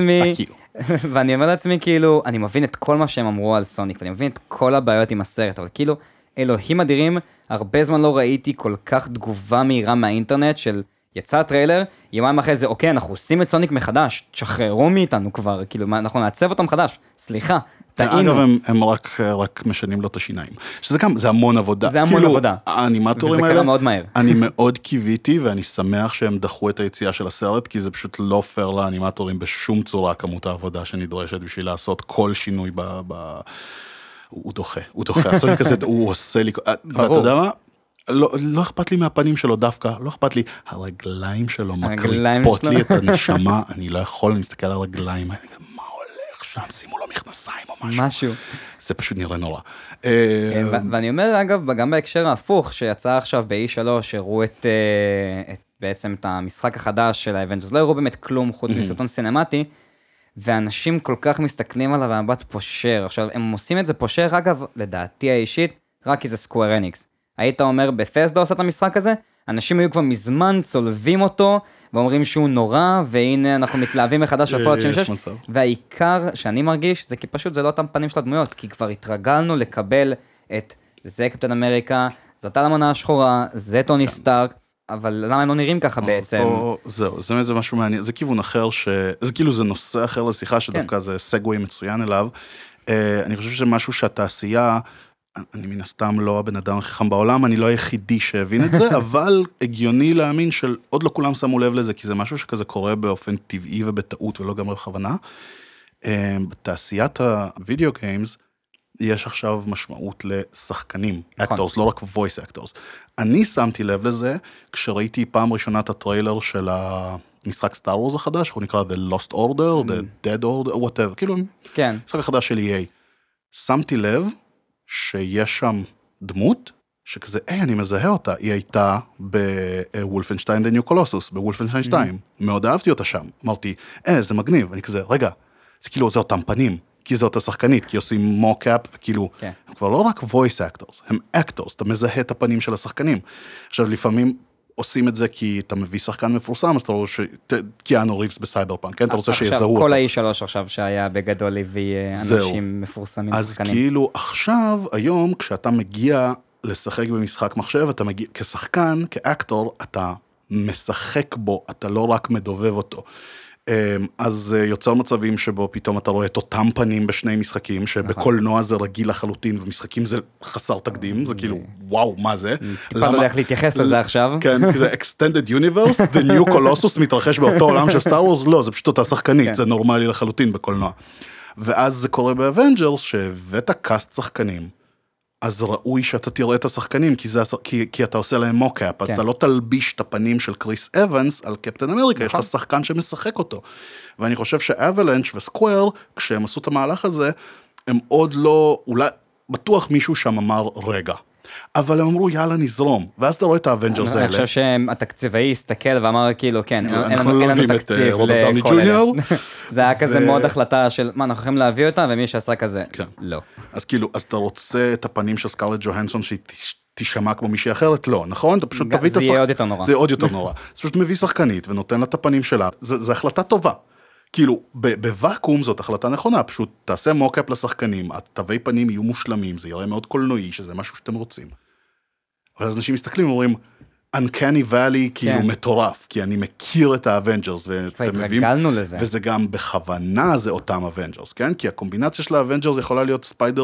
Speaker 1: אומר לעצמי, כאילו, אני מבין את כל מה שהם אמרו על סוניק, ואני מבין את כל הבעיות עם הסרט, אבל כאילו, אלוהים אדירים, הרבה זמן לא ראיתי כל כך תגובה מהירה מהאינטרנט של יצא טריילר, יומיים אחרי זה, אוקיי, אנחנו עושים את סוניק מחדש, תשחררו מאיתנו כבר, כאילו, אנחנו נעצב אותם חדש, סליחה, טעינו.
Speaker 2: אגב, הם רק משנים לו את השיניים, שזה גם, זה המון עבודה.
Speaker 1: זה המון עבודה.
Speaker 2: האנימטורים
Speaker 1: האלה, מאוד מהר.
Speaker 2: אני מאוד קיוויתי, ואני שמח שהם דחו את היציאה של הסרט, כי זה פשוט לא פייר לאנימטורים בשום צורה, כמות העבודה שנדרשת בשביל לעשות כל שינוי הוא דוחה, הסוניק הזה, הוא עושה לי, ואתה יודע מה? לא אכפת לי מהפנים שלו דווקא, לא אכפת לי, הרגליים שלו מקריפות לי את הנשמה, אני לא יכול להסתכל על הרגליים, מה הולך שם, שימו לו מכנסיים או משהו. זה פשוט נראה נורא.
Speaker 1: ואני אומר, אגב, גם בהקשר ההפוך, שיצא עכשיו ב-E3, הראו בעצם את המשחק החדש של האבנג'רס, לא הראו באמת כלום חוץ מסרטון סינמטי, ואנשים כל כך מסתכלים עליו במבט פושר. עכשיו, הם עושים את זה פושר, אגב, לדעתי האישית, רק כי זה סקוואר אניקס. היית אומר, בת'סדה עושה את המשחק הזה, אנשים היו כבר מזמן צולבים אותו, ואומרים שהוא נורא, והנה אנחנו מתלהבים מחדש על פולאאוט 76, והעיקר שאני מרגיש, זה כי פשוט זה לא אותם פנים של הדמויות, כי כבר התרגלנו לקבל את זה קפטן אמריקה, זאת המנה השחורה, זה טוני סטארק, אבל למה הם לא נראים ככה בעצם?
Speaker 2: זהו, זה משהו מעניין, זה כיוון אחר, זה כאילו זה נושא אחר לשיחה, שדווקא זה סגווי מצוין אליו, אני חושב שמשהו שהתעשייה, אני מן הסתם לא הבן אדם הכי חכם בעולם, אני לא היחידי שהבין את זה, אבל הגיוני להאמין שעוד לא כולם שמו לב לזה, כי זה משהו שכזה קורה באופן טבעי ובטעות ולא גם בכוונה. בתעשיית הווידאו גיימס, יש עכשיו משמעות לשחקנים, actors, לא רק voice actors. אני שמתי לב לזה, כשראיתי פעם ראשונה את הטריילר של המשחק סטאר וורס החדש, הוא נקרא The Lost Order, The Dead Order, whatever, כאילו, משחק החדש של EA. שמתי לב שיש שם דמות, שכזה, אני מזהה אותה, היא הייתה בוולפנשטיין The New Colossus, בוולפנשטיין 2, מאוד אהבתי אותה שם, אמרתי, זה מגניב, אני כזה, רגע, זה כאילו, זה אותם פנים, כי זה אותה שחקנית, כי עושים מוקאפ, וכאילו, הם כבר לא רק voice actors, הם actors, אתה מזהה את הפנים של השחקנים. עכשיו, לפעמים עושים את זה כי אתה מביא שחקן מפורסם, אז אתה רואה קיאנו ריבס בסייבר פאנק, כן? אתה רוצה שיזהו אותו.
Speaker 1: כל ה-E3 עכשיו שהיה בגדול הביא אנשים מפורסמים שחקנים.
Speaker 2: אז כאילו, עכשיו, היום, כשאתה מגיע לשחק במשחק מחשב, אתה מגיע כשחקן, כאקטור, אתה משחק בו, אתה לא רק מדובב אותו. אז יוצר מצבים שבו פתאום אתה רואה את אותם פנים בשני משחקים, שבקולנוע זה רגיל לחלוטין, ומשחקים זה חסר תקדים, זה כאילו, וואו, מה זה?
Speaker 1: טיפה לא איך להתייחס לזה עכשיו.
Speaker 2: כן, זה Extended Universe, The New Colossus מתרחש באותו עולם של סטאר וורס, לא, זה פשוט אותה שחקנית, זה נורמלי לחלוטין בקולנוע. ואז זה קורה באבנג'רס, שהבאת קאסט שחקנים, אז ראוי שאתה תראה את השחקנים, כי אתה עושה להם מוקאפ, אז אתה לא תלביש את הפנים של קריס אבנס על קפטן אמריקה, יש לך שחקן שמשחק אותו. ואני חושב שאבלנץ' וסקוואר, כשהם עשו את המהלך הזה, הם עוד לא, אולי, בטוח מישהו שם אמר רגע. אבל הם אמרו, יאללה, נזרום. ואז אתה רואה את האבנג'רס האלה.
Speaker 1: אני חושב שהתקציבאי הסתכל ואמר, כאילו, כן, אין לנו תקציב
Speaker 2: לכל אלה.
Speaker 1: זה היה כזה מאוד החלטה של, מה, אנחנו יכולים להביא אותה, ומי שעשה כזה, לא.
Speaker 2: אז כאילו, אז אתה רוצה את הפנים של סקרלט ג'והנסון, שהיא תשמע כמו מישהי אחרת? לא, נכון? אתה פשוט תביא את
Speaker 1: זה יהיה עוד יותר נורא.
Speaker 2: זה עוד יותר נורא. אז פשוט מביא שחקנית, ונותן לה את הפנים שלה. זה החלטה טובה. כאילו, בוואקום זאת החלטה נכונה, פשוט תעשה מוקאפ לשחקנים, התווי פנים יהיו מושלמים, זה יראה מאוד קולנועי, שזה משהו שאתם רוצים. אבל אז אנשים מסתכלים ואומרים, Uncanny Valley כאילו מטורף, כי אני מכיר את האבנג'רס,
Speaker 1: והתרגלנו לזה.
Speaker 2: וזה גם בכוונה זה אותם אבנג'רס, כן? כי הקומבינציה של האבנג'רס יכולה להיות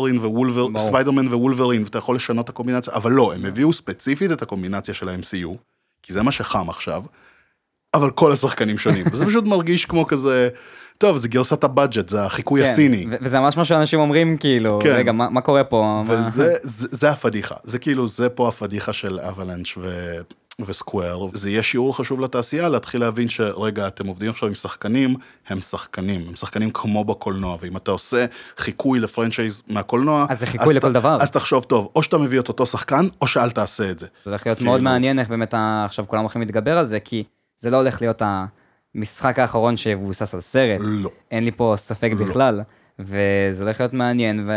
Speaker 2: ספיידרמן ווולברין, ואתה יכול לשנות את הקומבינציה, אבל לא, הם הביאו ספציפית את הקומבינציה של ה-MCU, כי זה מה שחם עכשיו, אבל כל השחקנים שונים, וזה פשוט מרגיש כמו כזה, טוב, זה גרסת הבאדג'ט, זה החיקוי הסיני.
Speaker 1: וזה ממש מה שאנשים אומרים, כאילו, רגע, מה קורה פה?
Speaker 2: וזה הפדיחה, זה כאילו, זה פה הפדיחה של אבלנץ' וסקוואר, זה יהיה שיעור חשוב לתעשייה, להתחיל להבין שרגע, אתם עובדים עכשיו עם שחקנים, הם שחקנים כמו בקולנוע, ואם אתה עושה חיקוי לפרנצ'ייז מהקולנוע,
Speaker 1: אז זה חיקוי לכל דבר.
Speaker 2: אז תחשוב טוב, או שאתה מביא את אותו שחקן, או שאל תעשה את זה.
Speaker 1: זה הולך להיות מאוד מעניין, איך באמת עכשיו כולם הולכים להתגבר על זה, כי זה לא הולך להיות המשחק האחרון שיבוסס על סרט.
Speaker 2: לא.
Speaker 1: אין לי פה ספק בכלל, וזה הולך להיות מעניין,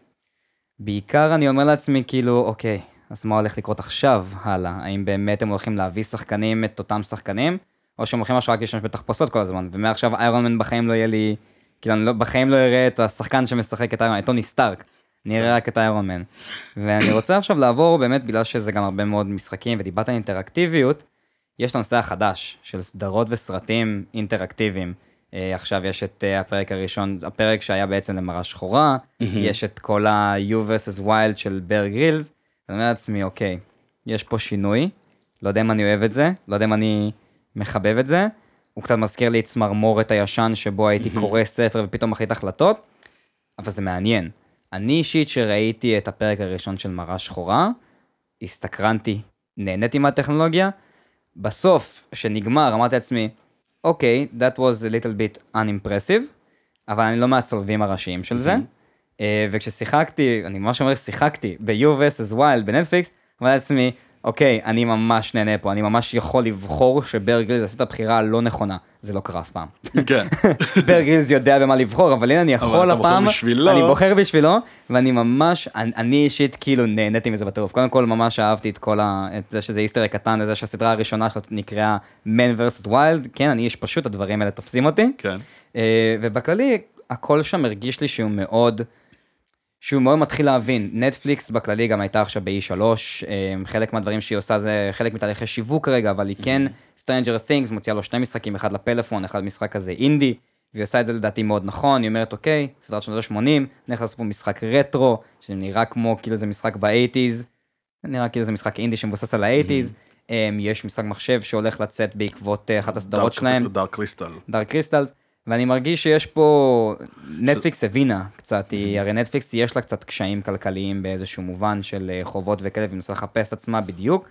Speaker 1: ובעיקר אני אומר לעצמי, כאילו, אוקיי, אז מה הולך לקרות עכשיו הלאה? האם באמת הם הולכים להביא שחקנים, את אותם שחקנים, או שהם הולכים עכשיו רק להשתמש בתחפושות כל הזמן, ומעכשיו איירון מן בחיים לא יהיה לי, כאילו, אני בחיים לא אראה את השחקן שמשחק את איירון מן, את טוני סטארק, אני אראה רק את איירון מן. ואני רוצה עכשיו לעבור, באמת, בגלל שזה גם הרבה מאוד משחקים, ודיברת על אינטראקטיביות, יש את הנושא החדש של סדרות וסרטים אינטראקטיביים. עכשיו יש את הפרק הראשון, הפרק שהיה בעצם למראה שחורה, יש את כל ה-You vs. Wild של בר גרילס, אני אומר לעצמי, אוקיי, יש פה שינוי, לא יודע אם אני אוהב את זה, לא יודע אם אני מחבב את זה, הוא קצת מזכיר לי את צמרמורת הישן, שבו הייתי קורא ספר ופתאום מחליט החלטות, אבל זה מעניין. אני אישית שראיתי את הפרק הראשון של מראה שחורה, הסתקרנתי, נהניתי מהטכנולוגיה, בסוף, שנגמר, אמרתי לעצמי, אוקיי, that was a little bit unimpressive, אבל אני לא מהצולבים הראשיים של זה, וכששיחקתי, אני ממש אומר, שיחקתי ב-You vs. Wild בנטפליקס, אמרתי לעצמי, אוקיי, אני ממש נהנה פה, אני ממש יכול לבחור שבר גרילס עשית הבחירה הלא נכונה. זה לא קרה אף פעם.
Speaker 2: כן.
Speaker 1: בר גרילס יודע במה לבחור, אבל הנה אני יכול הפעם, אני בוחר בשבילו, ואני ממש, אני אישית כאילו נהניתי מזה בטירוף. קודם כל ממש אהבתי את זה שזה איסטר קטן, לזה שהסדרה הראשונה שלו נקראה Man vs. Wild, כן, אני איש פשוט, הדברים האלה תופסים אותי.
Speaker 2: כן.
Speaker 1: ובכללי, הכל שם הרגיש לי שהוא מאוד מתחיל להבין. נטפליקס בכללי גם הייתה עכשיו ב-E3, חלק מהדברים שהיא עושה זה חלק מתהליכי שיווק כרגע, אבל היא כן, Stranger Things מוציאה לו 2 משחקים, אחד לפלאפון, אחד משחק כזה אינדי, והיא עושה את זה לדעתי מאוד נכון, היא אומרת אוקיי, סדרת שנות ה-80, נלך לעשות פה משחק רטרו, שנראה כמו כאילו זה משחק ב-80s, נראה כאילו זה משחק אינדי שמבוסס על ה-80s, יש משחק מחשב שהולך לצאת בעקבות אחת הסדרות שלהם, דארק קריסטלס, ואני מרגיש שיש פה, נטפליקס הבינה קצת, הרי נטפליקס יש לה קצת קשיים כלכליים באיזשהו מובן של חובות וכאלה, והיא מנסה לחפש את עצמה בדיוק,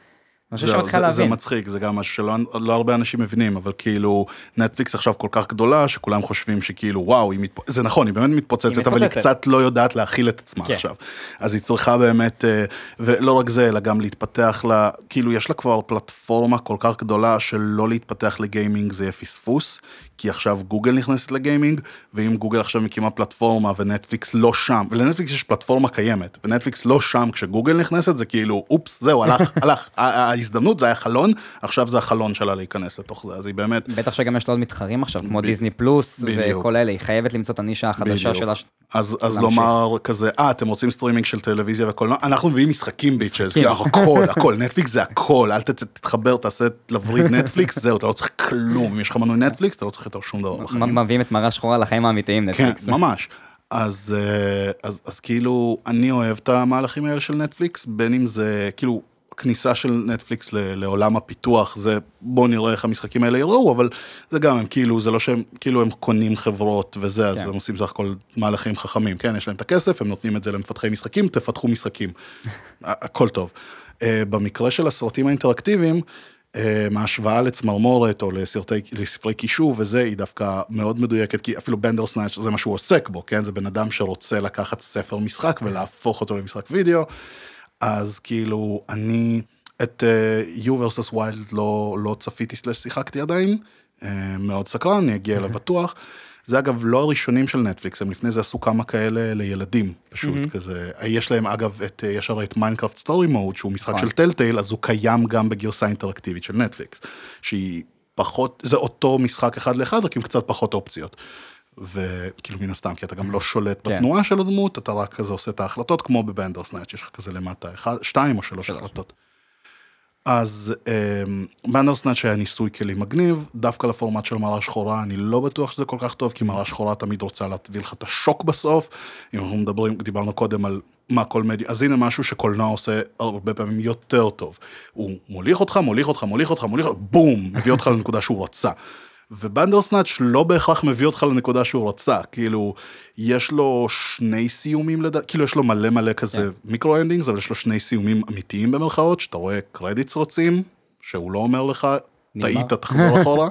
Speaker 2: זה מצחיק, זה גם משהו שלא הרבה אנשים מבינים, אבל כאילו נטפליקס עכשיו כל כך גדולה, שכולם חושבים שכאילו וואו, זה נכון, היא באמת מתפוצצת, אבל היא קצת לא יודעת להכיל את עצמה עכשיו. אז היא צריכה באמת, ולא רק זה, אלא גם להתפתח לה, כאילו יש לה כבר פלטפורמה כל כך גדולה, שלא להתפתח לגיימינג זה יהיה פספוס, כי עכשיו גוגל נכנסת לגיימינג, ואם גוגל עכשיו מקימה פלטפורמה ונטפליקס לא שם, ולנטפליקס יש פלטפורמה קיימת, ונטפליקס לא שם, כשגוגל נכנסת זה כאילו, אופס, זהו, הלך, ההזדמנות זה היה חלון, עכשיו זה החלון שלה להיכנס לתוך זה, אז היא באמת...
Speaker 1: בטח שגם יש לה עוד מתחרים עכשיו, כמו דיזני פלוס וכל אלה, היא חייבת למצוא את הנישה החדשה שלה.
Speaker 2: אז לומר כזה, אתם רוצים סטרימינג של טלוויזיה וכל, אנחנו מביאים משחקים ביצ'ז, כאילו הכל, נטפליקס זה הכל, אל תתחבר, תעשה לווריד נטפליקס, זהו, אתה לא צריך כלום, אם יש לך מנוי נטפליקס, אתה לא צריך יותר שום דבר בחיים.
Speaker 1: מביאים את מראה שחורה לחיים האמיתיים, נטפליקס.
Speaker 2: כן, ממש. אז כאילו, אני אוהב את המהלכים האלה של נטפליקס, בין אם זה, כאילו, כניסה של נטפליקס לעולם הפיתוח, זה בוא נראה איך המשחקים האלה יראו, אבל זה גם, הם כאילו, זה לא שהם, כאילו הם קונים חברות וזה, אז הם עושים סך הכל מהלכים חכמים, כן, יש להם את הכסף, הם נותנים את זה למפתחי משחקים, תפתחו משחקים, הכל טוב. במקרה של הסרטים האינטראקטיביים, מההשוואה לצמרמורת או לספרי קישור וזה, היא דווקא מאוד מדויקת, כי אפילו בנדרסנאץ' זה מה שהוא עוסק בו, כן? זה בן אדם שרוצה לקחת ספר משחק ולהפוך אותו למשחק וידאו, אז כאילו אני את You vs. Wild לא צפיתי שיחקתי עדיין, מאוד סקרן, אני אגיע אליו בטוח, זה אגב לא הראשונים של נטפליקס, הם לפני זה עשו כמה כאלה לילדים, פשוט כזה, יש להם אגב, יש הרי את מיינקראפט סטורי מוד, שהוא משחק של טלטייל, אז הוא קיים גם בגרסה אינטראקטיבית של נטפליקס, שהיא פחות, זה אותו משחק אחד לאחד, רק עם קצת פחות אופציות, וכאילו מן הסתם, כי אתה גם לא שולט בתנועה של הדמות, אתה רק כזה עושה את ההחלטות, כמו בבנדרסנאץ', יש לך כזה למטה, 2 או 3 החלטות. אז בנדרסנאץ' היה ניסוי כלי מגניב, דווקא לפורמט של מראה שחורה, אני לא בטוח שזה כל כך טוב, כי מראה שחורה תמיד רוצה להביא לך את השוק בסוף, אם אנחנו דיברנו קודם על מה כל מדיה, אז הנה משהו שקולנוע עושה הרבה פעמים יותר טוב, הוא מוליך אותך, בום, מביא אותך לנקודה שהוא רצה, ובנדרסנאץ' לא בהכרח מביא אותך לנקודה שהוא רצה, כאילו, יש לו 2 סיומים, כאילו יש לו מלא כזה מיקרו-אנדינגס, אבל יש לו 2 סיומים אמיתיים במרכאות, שאתה רואה קרדיטס רצים, שהוא לא אומר לך, טעית, תחזור אחורה,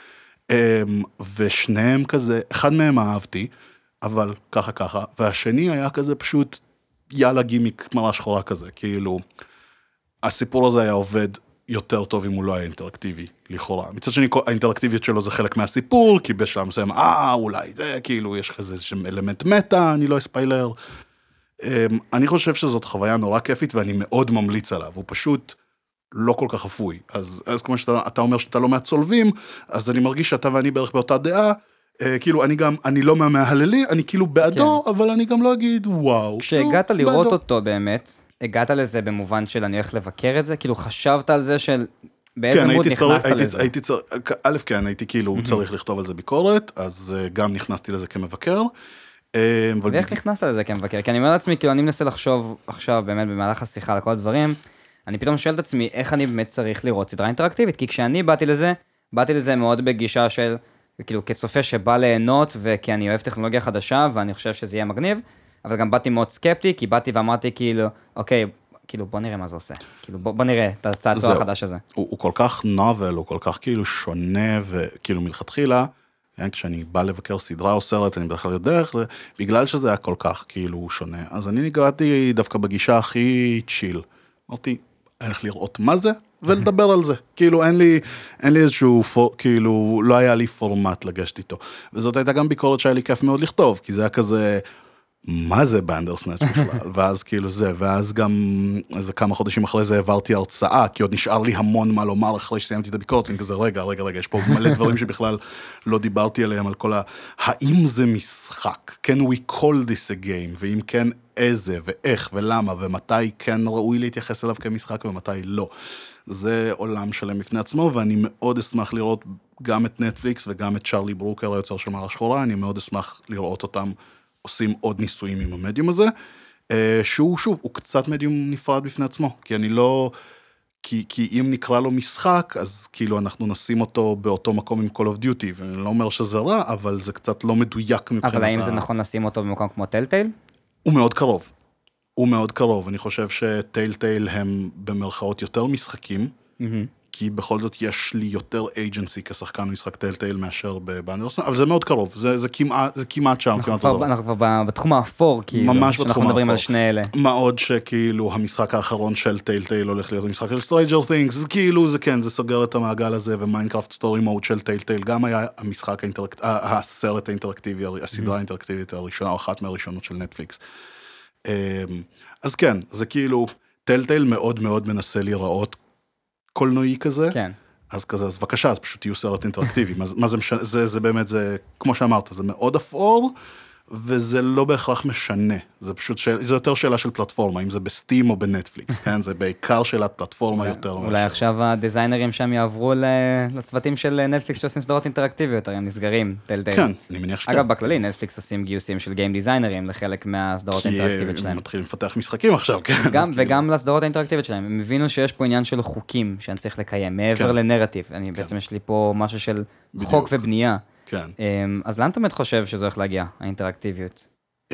Speaker 2: ושניהם כזה, אחד מהם אהבתי, אבל ככה, והשני היה כזה פשוט, יאללה גימיק מראה שחורה כזה, כאילו, הסיפור הזה היה עובד, יותר טוב אם הוא לא היה אינטראקטיבי, לכאורה. מצד שני, האינטראקטיביות שלו זה חלק מהסיפור, כי בשלב מסוים, אולי זה, כאילו, יש כזה אלמנט מטה, אני לא אספיילר. אני חושב שזאת חוויה נורא כיפית, ואני מאוד ממליץ עליו, הוא פשוט לא כל כך אפוי. אז כמו שאתה אומר שאתה לא מהצולבים, אז אני מרגיש שאתה ואני בערך באותה דעה, כאילו, אני לא מהמהללי, אני כאילו בעדו, אבל אני גם לא אגיד, וואו.
Speaker 1: כשהגעת לראות אותו באמת, הגעת לזה במובן של אני הולך לבקר את זה? כאילו חשבת על זה של באיזה מוד נכנסת לזה?
Speaker 2: א' כן, הייתי כאילו צריך לכתוב על זה ביקורת, אז גם נכנסתי לזה כמבקר.
Speaker 1: ואיך נכנסת לזה כמבקר? כי אני אומר לעצמי, כאילו אני מנסה לחשוב עכשיו באמת במהלך השיחה על כל הדברים, אני פתאום שואל את עצמי איך אני באמת צריך לראות סדרה אינטראקטיבית, כי כשאני באתי לזה מאוד בגישה של, כאילו כצופה שבא ליהנות, וכי אני אוהב טכנולוגיה חדשה, ואני חושב שזה יהיה מגניב, אבל גם באתי מאוד סקפטי, כי באתי ואמרתי כאילו, אוקיי, כאילו בוא נראה מה זה עושה, כאילו בוא נראה את הצעצוע החדש הזה.
Speaker 2: הוא כל כך נובל, הוא כל כך כאילו שונה, וכאילו מלכתחילה, כשאני בא לבקר סדרה או סרט, אני בדרך כלל יודע איך, בגלל שזה היה כל כך כאילו שונה, אז אני נגעתי דווקא בגישה הכי צ'יל, אמרתי, אני הולך לראות מה זה, ולדבר על זה. כאילו, אין לי איזשהו, כאילו, לא היה לי פורמט לגשת איתו. וזאת הייתה גם ביקורת שהיה לי כיף מאוד לכתוב, כי זה היה כזה, מה זה בנדרסנאץ' בכלל? ואז כאילו זה, ואז גם איזה כמה חודשים אחרי זה העברתי הרצאה, כי עוד נשאר לי המון מה לומר אחרי שסיימתי את הביקורת, אני כזה, רגע, יש פה מלא דברים שבכלל לא דיברתי עליהם, על כל האם זה משחק? Can we call this a game? ואם כן, איזה, ואיך, ולמה, ומתי כן ראוי להתייחס אליו כמשחק, ומתי לא. זה עולם שלם בפני עצמו, ואני מאוד אשמח לראות גם את נטפליקס, וגם את צ'רלי ברוקר, היוצר של מערה שחורה, אני מאוד אשמח לראות אותם עושים עוד ניסויים עם המדיום הזה, שהוא שוב, הוא קצת מדיום נפרד בפני עצמו, כי אני לא, כי אם נקרא לו משחק, אז כאילו אנחנו נשים אותו באותו מקום עם Call of Duty, ואני לא אומר שזה רע, אבל זה קצת לא מדויק מבחינת
Speaker 1: אבל האם זה נכון לשים אותו במקום כמו טלטייל?
Speaker 2: הוא מאוד קרוב. הוא מאוד קרוב. אני חושב שטיילטייל הם במרכאות יותר משחקים, כי בכל זאת יש לי יותר agency כשחקן משחק טיילטייל מאשר בבנדרסון, אבל זה מאוד קרוב, זה כמעט שם.
Speaker 1: אנחנו כבר בתחום האפור, כאילו,
Speaker 2: ממש בתחום
Speaker 1: שאנחנו מדברים על שני אלה.
Speaker 2: מה עוד שכאילו המשחק האחרון של טיילטייל הולך להיות המשחק של Stranger Things, זה כאילו, זה כן, זה סוגר את המעגל הזה, ומיינקראפט סטורי מוד של טיילטייל, גם היה המשחק הסרט האינטראקטיבי, הסדרה האינטראקטיבית הראשונה, או אחת מהראשונות של נטפליקס. אז כן, זה כאילו, טיילטייל מאוד מאוד מנסה להיראות קולנועי כזה,
Speaker 1: כן.
Speaker 2: אז כזה, אז בבקשה, אז פשוט יהיו סרט אינטראקטיבי, מה זה משנה, זה באמת, זה, כמו שאמרת, זה מאוד אפור, וזה לא בהכרח משנה, זה פשוט, זה יותר שאלה של פלטפורמה, אם זה בסטים או בנטפליקס, כן, זה בעיקר שאלת פלטפורמה יותר.
Speaker 1: אולי עכשיו הדיזיינרים שם יעברו לצוותים של נטפליקס שעושים סדרות אינטראקטיביות, הם נסגרים, טלטייל.
Speaker 2: כן, אני מניח שכן.
Speaker 1: אגב, בכללי, נטפליקס עושים גיוסים של גיים דיזיינרים לחלק מהסדרות האינטראקטיביות שלהם.
Speaker 2: כי הם מתחילים לפתח משחקים עכשיו, כן.
Speaker 1: וגם לסדרות האינטראקטיביות שלהם, הם הבינו שיש פה עניין של חוקים שאני צריך לקיים, מעבר לנרטיב. אני בעצם יש לי פה משהו של חוק ובנייה.
Speaker 2: כן.
Speaker 1: אז לאן אתה באמת חושב שזה הולך להגיע, האינטראקטיביות?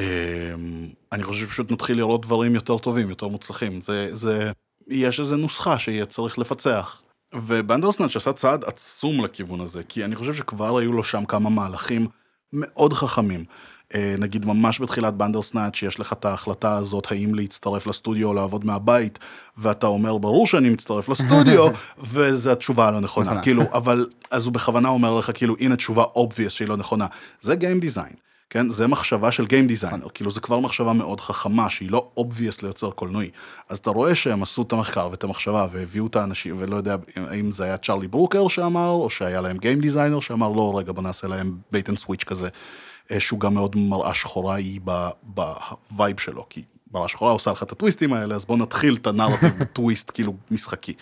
Speaker 2: אני חושב שפשוט נתחיל לראות דברים יותר טובים, יותר מוצלחים. יש איזו נוסחה שיהיה צריך לפצח. ובנדרסנאץ' עשה צעד עצום לכיוון הזה, כי אני חושב שכבר היו לו שם כמה מהלכים מאוד חכמים. נגיד ממש בתחילת בנדרסנאץ' שיש לך את ההחלטה הזאת, האם להצטרף לסטודיו או לעבוד מהבית, ואתה אומר, ברור שאני מצטרף לסטודיו, וזו התשובה הלא נכונה. כאילו, אבל, אז הוא בכוונה אומר לך, כאילו, הנה תשובה obvious שהיא לא נכונה. זה גיים דיזיין, כן? זה מחשבה של גיים דיזיינר, כאילו, זה כבר מחשבה מאוד חכמה, שהיא לא obvious ליוצר קולנועי. אז אתה רואה שהם עשו את המחקר ואת המחשבה, והביאו את האנשים, ולא יודע אם זה היה צ'רלי ברוקר שאמר, או שהיה להם גיים דיזיינר שאמר, לא, רגע, בוא נעשה להם בייט אנד סוויץ' כזה. שהוא גם מאוד מראה שחורה היא בווייב שלו, כי מראה שחורה עושה לך את הטוויסטים האלה, אז בואו נתחיל את הנרטיב בטוויסט כאילו משחקי.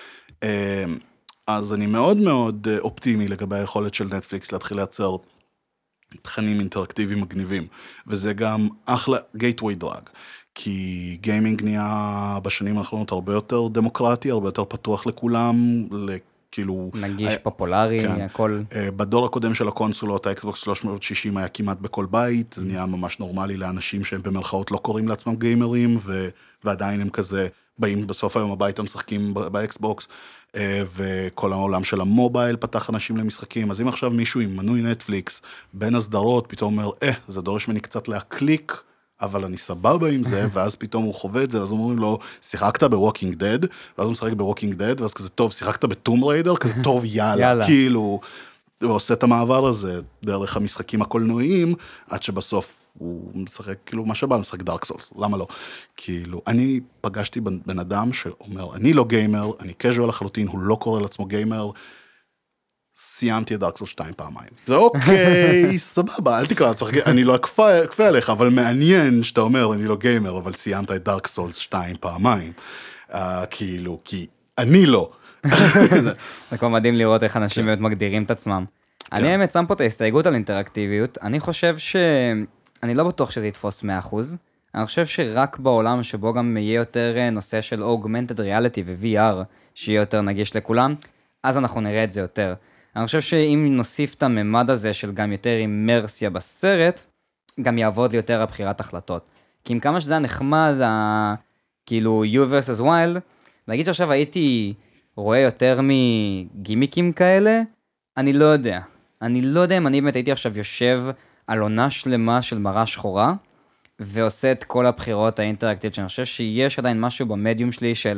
Speaker 2: אז אני מאוד מאוד אופטימי לגבי היכולת של נטפליקס להתחיל לייצר תכנים אינטראקטיביים מגניבים, וזה גם אחלה גייטווי דרג, כי גיימינג נהיה בשנים האחרונות הרבה יותר דמוקרטי, הרבה יותר פתוח לכולם, כאילו...
Speaker 1: נגיש, פופולרי,
Speaker 2: כן.
Speaker 1: הכל...
Speaker 2: בדור הקודם של הקונסולות, האקסבוקס 360 היה כמעט בכל בית, זה נהיה ממש נורמלי לאנשים שהם במרכאות לא קוראים לעצמם גיימרים, ועדיין הם כזה באים בסוף היום הביתה משחקים באקסבוקס, וכל העולם של המובייל פתח אנשים למשחקים, אז אם עכשיו מישהו עם מנוי נטפליקס, בין הסדרות, פתאום אומר, זה דורש ממני קצת להקליק, אבל אני סבבה עם זה, ואז פתאום הוא חווה את זה, ואז אומרים לו, שיחקת בווקינג דד, ואז הוא משחק בווקינג דד, ואז כזה טוב, שיחקת בטום ריידר, כזה טוב, יאללה, כאילו, הוא עושה את המעבר הזה, דרך המשחקים הקולנועיים, עד שבסוף הוא משחק, כאילו, מה שבא, משחק דארק סולס, למה לא? כאילו, אני פגשתי בן אדם שאומר, אני לא גיימר, אני קז'ואל לחלוטין, הוא לא קורא לעצמו גיימר, סיימתי את דארק סולס 2 פעמיים. זה אוקיי, סבבה, אל תקרא לעצמך, אני לא אכפה עליך, אבל מעניין שאתה אומר, אני לא גיימר, אבל סיימת את דארק סולס 2 פעמיים. כאילו, כי אני לא.
Speaker 1: זה כבר מדהים לראות איך אנשים באמת מגדירים את עצמם. אני האמת שם פה את ההסתייגות על אינטראקטיביות, אני חושב אני לא בטוח שזה יתפוס 100%, אני חושב שרק בעולם שבו גם יהיה יותר נושא של augmented reality ו-VR, שיהיה יותר נגיש לכולם, אז אנחנו נראה את זה יותר. אני חושב שאם נוסיף את הממד הזה של גם יותר אימרסיה בסרט, גם יעבוד לי יותר הבחירת החלטות. כי עם כמה שזה היה נחמד, כאילו you versus wild, להגיד שעכשיו הייתי רואה יותר מגימיקים כאלה, אני לא יודע. אני לא יודע אם אני באמת הייתי עכשיו יושב על עונה שלמה של מראה שחורה, ועושה את כל הבחירות האינטראקטיביות, שאני חושב שיש עדיין משהו במדיום שלי של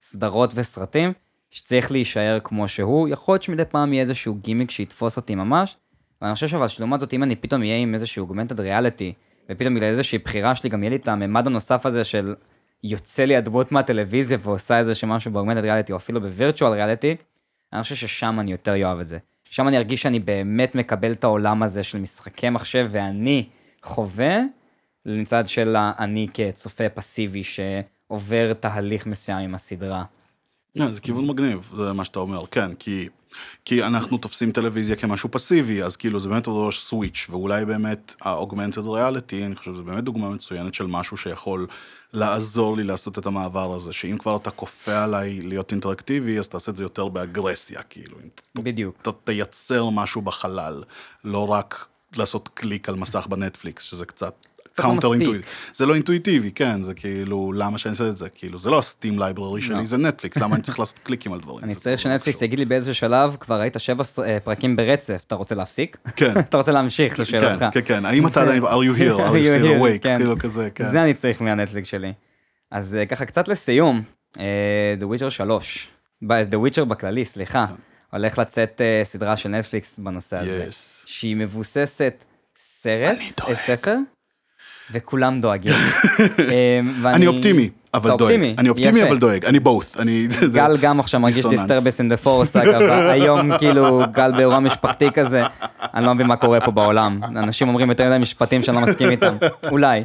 Speaker 1: סדרות וסרטים, שצריך להישאר כמו שהוא, יכול להיות שמדי פעם יהיה איזשהו גימיק שיתפוס אותי ממש, ואני חושב אבל שלעומת זאת, אם אני פתאום אהיה עם איזשהו augmented reality, ופתאום בגלל איזושהי בחירה שלי, גם יהיה לי את הממד הנוסף הזה של יוצא לי הדמות מהטלוויזיה ועושה איזשהו משהו ב-augmented reality, או אפילו ב-virtual reality, אני חושב ששם אני יותר יאהב את זה. שם אני ארגיש שאני באמת מקבל את העולם הזה של משחקי מחשב, ואני חווה, לצד של אני כצופה פסיבי שעובר תהליך מסוים עם הסדרה.
Speaker 2: זה כיוון מגניב, זה מה שאתה אומר, כן, כי אנחנו תופסים טלוויזיה כמשהו פסיבי, אז כאילו זה באמת ראש סוויץ', ואולי באמת ה-augmented reality, אני חושב שזה באמת דוגמה מצוינת של משהו שיכול לעזור לי לעשות את המעבר הזה, שאם כבר אתה כופה עליי להיות אינטראקטיבי, אז תעשה את זה יותר באגרסיה, כאילו.
Speaker 1: בדיוק.
Speaker 2: אתה תייצר משהו בחלל, לא רק לעשות קליק על מסך בנטפליקס, שזה קצת קאונטר אינטואיטיבי. זה לא אינטואיטיבי, כן, זה כאילו, למה שאני אעשה את זה? כאילו, זה לא הסטים לייבררי שלי, זה נטפליקס, למה אני צריך לעשות קליקים על דברים?
Speaker 1: אני צריך שנטפליקס יגיד לי באיזה שלב, כבר ראית 7 פרקים ברצף, אתה רוצה להפסיק?
Speaker 2: כן.
Speaker 1: אתה רוצה להמשיך לשאלתך.
Speaker 2: כן, כן, האם אתה עדיין, are you here, are you still awake, כאילו כזה, כן.
Speaker 1: זה אני צריך מהנטפליקס שלי. אז ככה קצת לסיום, The Witcher 3, The Witcher בכללי, סליחה, הולך לצאת סדרה של נטפליקס בנושא הזה, שהיא מבוססת ספר, וכולם דואגים.
Speaker 2: אני אופטימי, אבל דואג. אני אופטימי, אבל דואג. אני both.
Speaker 1: גל גם עכשיו מרגיש disturbance in the forest, אגב, היום כאילו גל באירוע משפחתי כזה, אני לא מבין מה קורה פה בעולם. אנשים אומרים יותר מדי משפטים שאני לא מסכים איתם. אולי.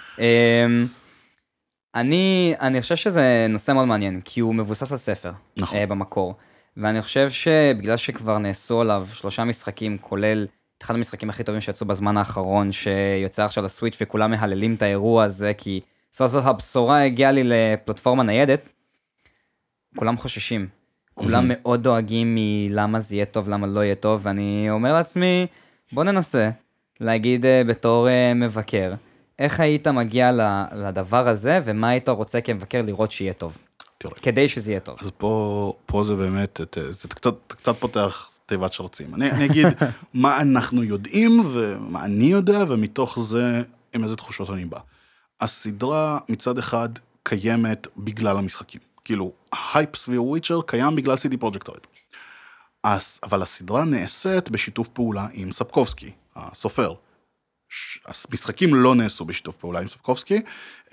Speaker 1: אני חושב שזה נושא מאוד מעניין, כי הוא מבוסס על ספר במקור. ואני חושב שבגלל שכבר נעשו עליו 3 משחקים, כולל אחד המשחקים הכי טובים שיצאו בזמן האחרון, שיוצא עכשיו לסוויץ' וכולם מהללים את האירוע הזה, כי סוף סוף הבשורה הגיעה לי לפלטפורמה ניידת, כולם חוששים, כולם מאוד דואגים מלמה זה יהיה טוב, למה לא יהיה טוב, ואני אומר לעצמי, בוא ננסה להגיד בתור מבקר, איך היית מגיע לדבר הזה, ומה היית רוצה כמבקר לראות שיהיה טוב, כדי שזה יהיה טוב.
Speaker 2: אז פה זה באמת, זה קצת פותח תיבת שרצים. אני אגיד מה אנחנו יודעים ומה אני יודע, ומתוך זה עם איזה תחושות אני בא. הסדרה מצד אחד קיימת בגלל המשחקים. כאילו, ההייפ סביב וויצ'ר קיים בגלל CD Projekt Red. אבל הסדרה נעשית בשיתוף פעולה עם ספקובסקי, הסופר. המשחקים לא נעשו בשיתוף פעולה עם ספקובסקי,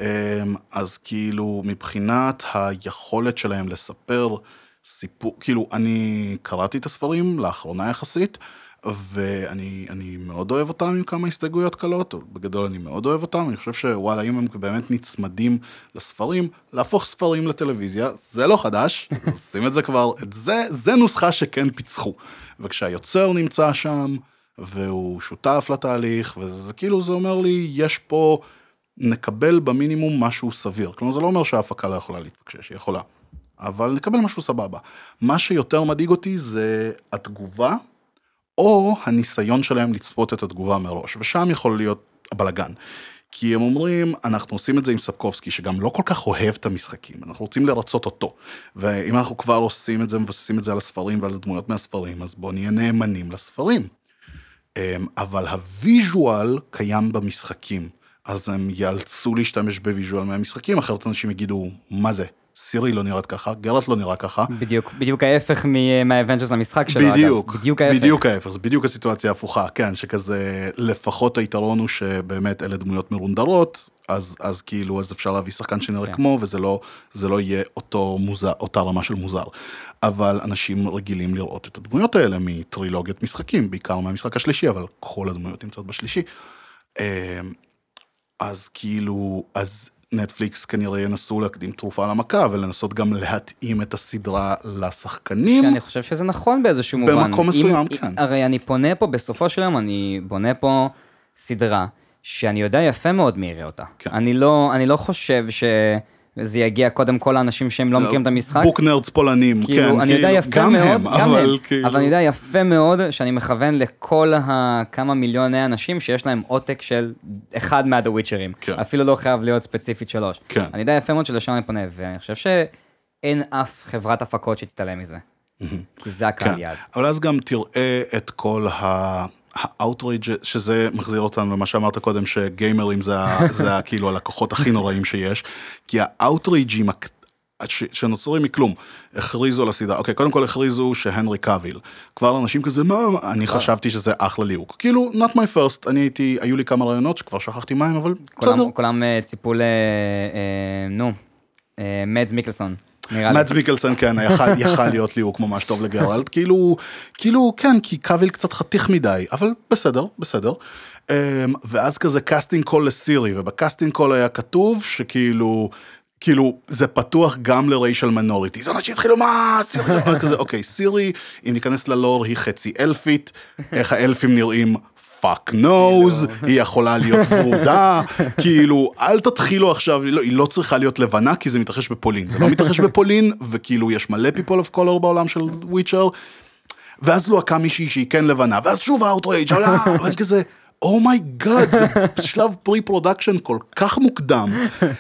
Speaker 2: אז כאילו מבחינת היכולת שלהם לספר סיפור, כאילו אני קראתי את הספרים לאחרונה יחסית, ואני מאוד אוהב אותם עם כמה הסתייגויות קלות, בגדול אני מאוד אוהב אותם, אני חושב שוואלה, אם הם באמת נצמדים לספרים, להפוך ספרים לטלוויזיה, זה לא חדש, עושים את זה כבר, זה נוסחה שכן פיצחו, וכשהיוצר נמצא שם, והוא שותף לתהליך, וזה כאילו זה אומר לי, יש פה, נקבל במינימום משהו סביר, כלומר זה לא אומר שההפקה לא יכולה להתפקשש, היא יכולה, אבל נקבל משהו סבבה. מה שיותר מדאיג אותי זה התגובה, או הניסיון שלהם לצפות את התגובה מראש, ושם יכול להיות הבלגן. כי הם אומרים, אנחנו עושים את זה עם ספקובסקי, שגם לא כל כך אוהב את המשחקים, אנחנו רוצים לרצות אותו, ואם אנחנו כבר עושים את זה, מבססים את זה על הספרים ועל הדמויות מהספרים, אז בואו נהיה נאמנים לספרים. אבל הוויז'ואל קיים במשחקים, אז הם יאלצו להשתמש בוויז'ואל מהמשחקים, אחרת אנשים יגידו, מה זה? סירי לא נראית ככה, גרט לא נראה ככה.
Speaker 1: בדיוק ההפך מהאבנג'רס למשחק שלו,
Speaker 2: בדיוק, בדיוק ההפך, זה בדיוק הסיטואציה ההפוכה, כן, שכזה לפחות היתרון הוא שבאמת אלה דמויות מרונדרות, אז כאילו, אז אפשר להביא שחקן שנראה כמו, וזה לא יהיה אותה רמה של מוזר. אבל אנשים רגילים לראות את הדמויות האלה מטרילוגיית משחקים, בעיקר מהמשחק השלישי, אבל כל הדמויות נמצאות בשלישי. אז כאילו, אז נטפליקס כנראה ינסו להקדים תרופה למכה, ולנסות גם להתאים את הסדרה לשחקנים.
Speaker 1: שאני חושב שזה נכון באיזשהו מובן.
Speaker 2: במקום מסוים, כן.
Speaker 1: הרי אני פונה פה, בסופו של יום, אני בונה פה סדרה, שאני יודע יפה מאוד מי יראה אותה.
Speaker 2: כן.
Speaker 1: אני לא חושב שזה יגיע קודם כל לאנשים שהם לא מכירים את המשחק.
Speaker 2: בוקנרדס פולנים,
Speaker 1: כאילו,
Speaker 2: כן.
Speaker 1: אני יודע יפה
Speaker 2: גם
Speaker 1: מאוד,
Speaker 2: הם, אבל
Speaker 1: אבל אני יודע יפה מאוד שאני מכוון לכל כמה מיליוני אנשים שיש להם עותק של אחד מה-The Witcher'ים.
Speaker 2: כן.
Speaker 1: אפילו לא חייב להיות ספציפית 3.
Speaker 2: כן.
Speaker 1: אני יודע יפה מאוד שלשם אני פונה, ואני חושב שאין אף חברת הפקות שתתעלם מזה. כי זה הקהל יעד.
Speaker 2: אבל אז גם תראה את כל האוטריג' שזה מחזיר אותנו למה שאמרת קודם, שגיימרים זה כאילו הלקוחות הכי נוראים שיש, כי האוטריג'ים שנוצרים מכלום, הכריזו על הסדרה, אוקיי, קודם כל הכריזו שהנרי קאביל, כבר אנשים כזה, מה, אני חשבתי שזה אחלה ליהוק, כאילו, not my first, היו לי כמה רעיונות שכבר שכחתי מהם, אבל בסדר.
Speaker 1: כולם ציפו מדס מיקלסון.
Speaker 2: מדס מיקלסון, כן, יכל להיות ליהוק ממש טוב לגרלט, כאילו, כן, כי קאביל קצת חתיך מדי, אבל בסדר. ואז כזה קאסטינג קול לסירי, ובקאסטינג קול היה כתוב שכאילו, זה פתוח גם לריישל מנוריטי, זה אנשים התחילו, מה, סירי, כזה, אוקיי, סירי, אם ניכנס ללור, היא חצי אלפית, איך האלפים נראים, fuck knows, היא יכולה להיות ורודה, כאילו, אל תתחילו עכשיו, היא לא צריכה להיות לבנה, כי זה מתרחש בפולין, זה לא מתרחש בפולין, וכאילו, יש מלא people of color בעולם של וויצ'ר, ואז לא הקם מישהי שהיא כן לבנה, ואז שוב האוטרייג' ואני כזה, אומייגאד, זה שלב פרי-פרודקשן כל כך מוקדם,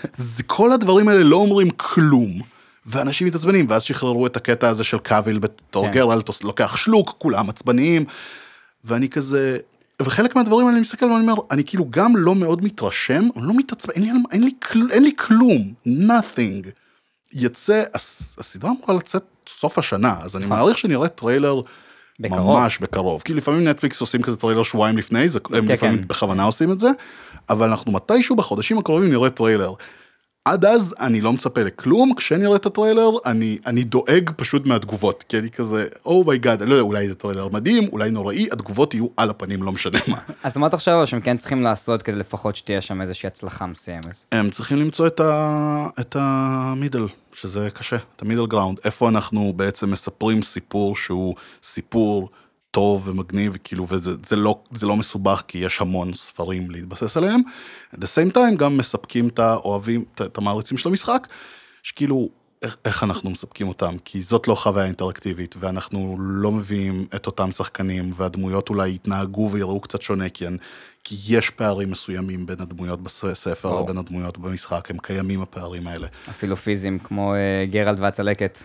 Speaker 2: כל הדברים האלה לא אומרים כלום, ואנשים מתעצבנים, ואז שחררו את הקטע הזה של קאביל בתור גרלט, לוקח שלוק, כולם עצבניים, ואני כזה, וחלק מהדברים האלה אני מסתכל ואני אומר, אני כאילו גם לא מאוד מתרשם, אני לא מתעצבן, אין לי כלום, nothing. יצא, הסדרה אמורה לצאת סוף השנה, אז אני מעריך שנראה טריילר, ממש בקרוב, כי לפעמים נטפליקס עושים כזה טריילר שבועיים לפני, הם לפעמים בכוונה עושים את זה, אבל אנחנו מתישהו בחודשים הקרובים נראה טריילר. עד אז אני לא מצפה לכלום, כשנראה את הטריילר, אני דואג פשוט מהתגובות, כי אני כזה, אומייגאד, אני לא יודע, אולי זה טריילר מדהים, אולי נוראי, התגובות יהיו על הפנים, לא משנה מה.
Speaker 1: אז מה אתה חושב שהם כן צריכים לעשות כדי לפחות שתהיה שם איזושהי הצלחה מסוימת?
Speaker 2: הם צריכים למצוא את המידל, שזה קשה, את המידל גראונד, איפה אנחנו בעצם מספרים סיפור שהוא סיפור טוב ומגניב, כאילו, וזה לא מסובך, כי יש המון ספרים להתבסס עליהם. At the same time, גם מספקים את האוהבים, את המעריצים של המשחק, שכאילו, איך אנחנו מספקים אותם, כי זאת לא חוויה אינטראקטיבית, ואנחנו לא מביאים את אותם שחקנים, והדמויות אולי יתנהגו ויראו קצת שונה, כי יש פערים מסוימים בין הדמויות בספר, לבין הדמויות במשחק, הם קיימים הפערים האלה.
Speaker 1: אפילו פיזיים, כמו גרלט והצלקת.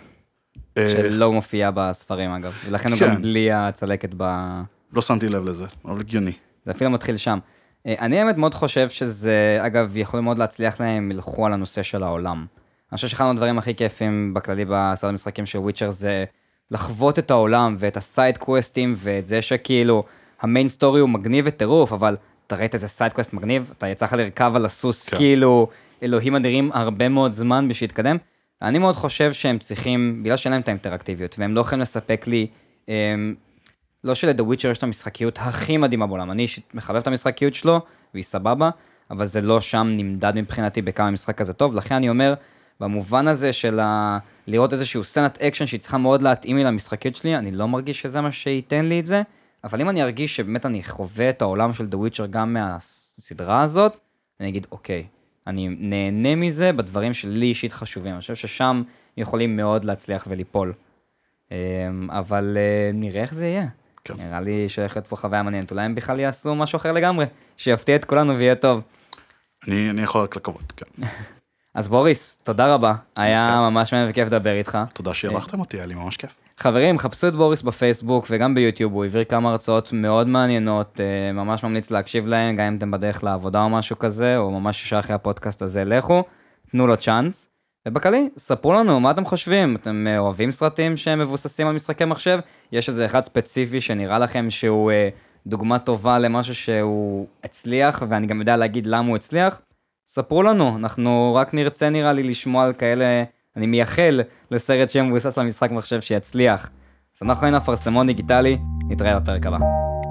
Speaker 1: שלא מופיע בספרים אגב, ולכן הוא גם בלי הצלקת
Speaker 2: לא שמתי לב לזה, אבל הגיוני.
Speaker 1: זה אפילו מתחיל שם. אני האמת מאוד חושב שזה, אגב, יכול מאוד להצליח להם ילכו על הנושא של העולם. אני חושב שאחד מהדברים הכי כיפים בכללי בסרט המשחקים של וויצ'ר זה לחוות את העולם ואת הסייד קווסטים ואת זה שכאילו המיין סטורי הוא מגניב וטירוף, אבל אתה ראית איזה סייד קווסט מגניב, אתה יצא לך לרכב על הסוס כאילו אלוהים אדירים הרבה מאוד זמן בשביל להתקדם. אני מאוד חושב שהם צריכים, בגלל שאין להם את האינטראקטיביות, והם לא יכולים לספק לי, לא של"דה וויצ'ר" יש את המשחקיות הכי מדהימה בעולם, אני מחבב את המשחקיות שלו, והיא סבבה, אבל זה לא שם נמדד מבחינתי בכמה המשחק כזה טוב, לכן אני אומר, במובן הזה של לראות איזשהו סצנת אקשן שהיא צריכה מאוד להתאים לי למשחקיות שלי, אני לא מרגיש שזה מה שייתן לי את זה, אבל אם אני ארגיש שבאמת אני חווה את העולם של "דה וויצ'ר" גם מהסדרה הזאת, אני אגיד, אוקיי, אני נהנה מזה בדברים שלי אישית חשובים. אני חושב ששם יכולים מאוד להצליח וליפול. אבל נראה איך זה יהיה. כן. נראה לי שהולך להיות פה חוויה מעניינת. אולי הם בכלל יעשו משהו אחר לגמרי, שיפתיע את כולנו ויהיה טוב.
Speaker 2: אני יכול רק לקוות, כן.
Speaker 1: אז בוריס, תודה רבה. היה ממש מעניין וכיף לדבר איתך.
Speaker 2: תודה שהערכתם אותי, היה לי ממש כיף.
Speaker 1: חברים, חפשו את בוריס בפייסבוק וגם ביוטיוב, הוא העביר כמה הרצאות מאוד מעניינות, ממש ממליץ להקשיב להם, גם אם אתם בדרך לעבודה או משהו כזה, או ממש ישר אחרי הפודקאסט הזה, לכו, תנו לו צ'אנס, ובכללי, ספרו לנו מה אתם חושבים, אתם אוהבים סרטים שהם מבוססים על משחקי מחשב, יש איזה אחד ספציפי שנראה לכם שהוא דוגמה טובה למשהו שהוא הצליח, ואני גם יודע להגיד למה הוא הצליח, ספרו לנו, אנחנו רק נרצה נראה לי לשמוע על כאלה, אני מייחל לסרט שמבוסס על משחק מחשב שיצליח. אז אנחנו היינו אפרסמון דיגיטלי, נתראה בפרק הבא.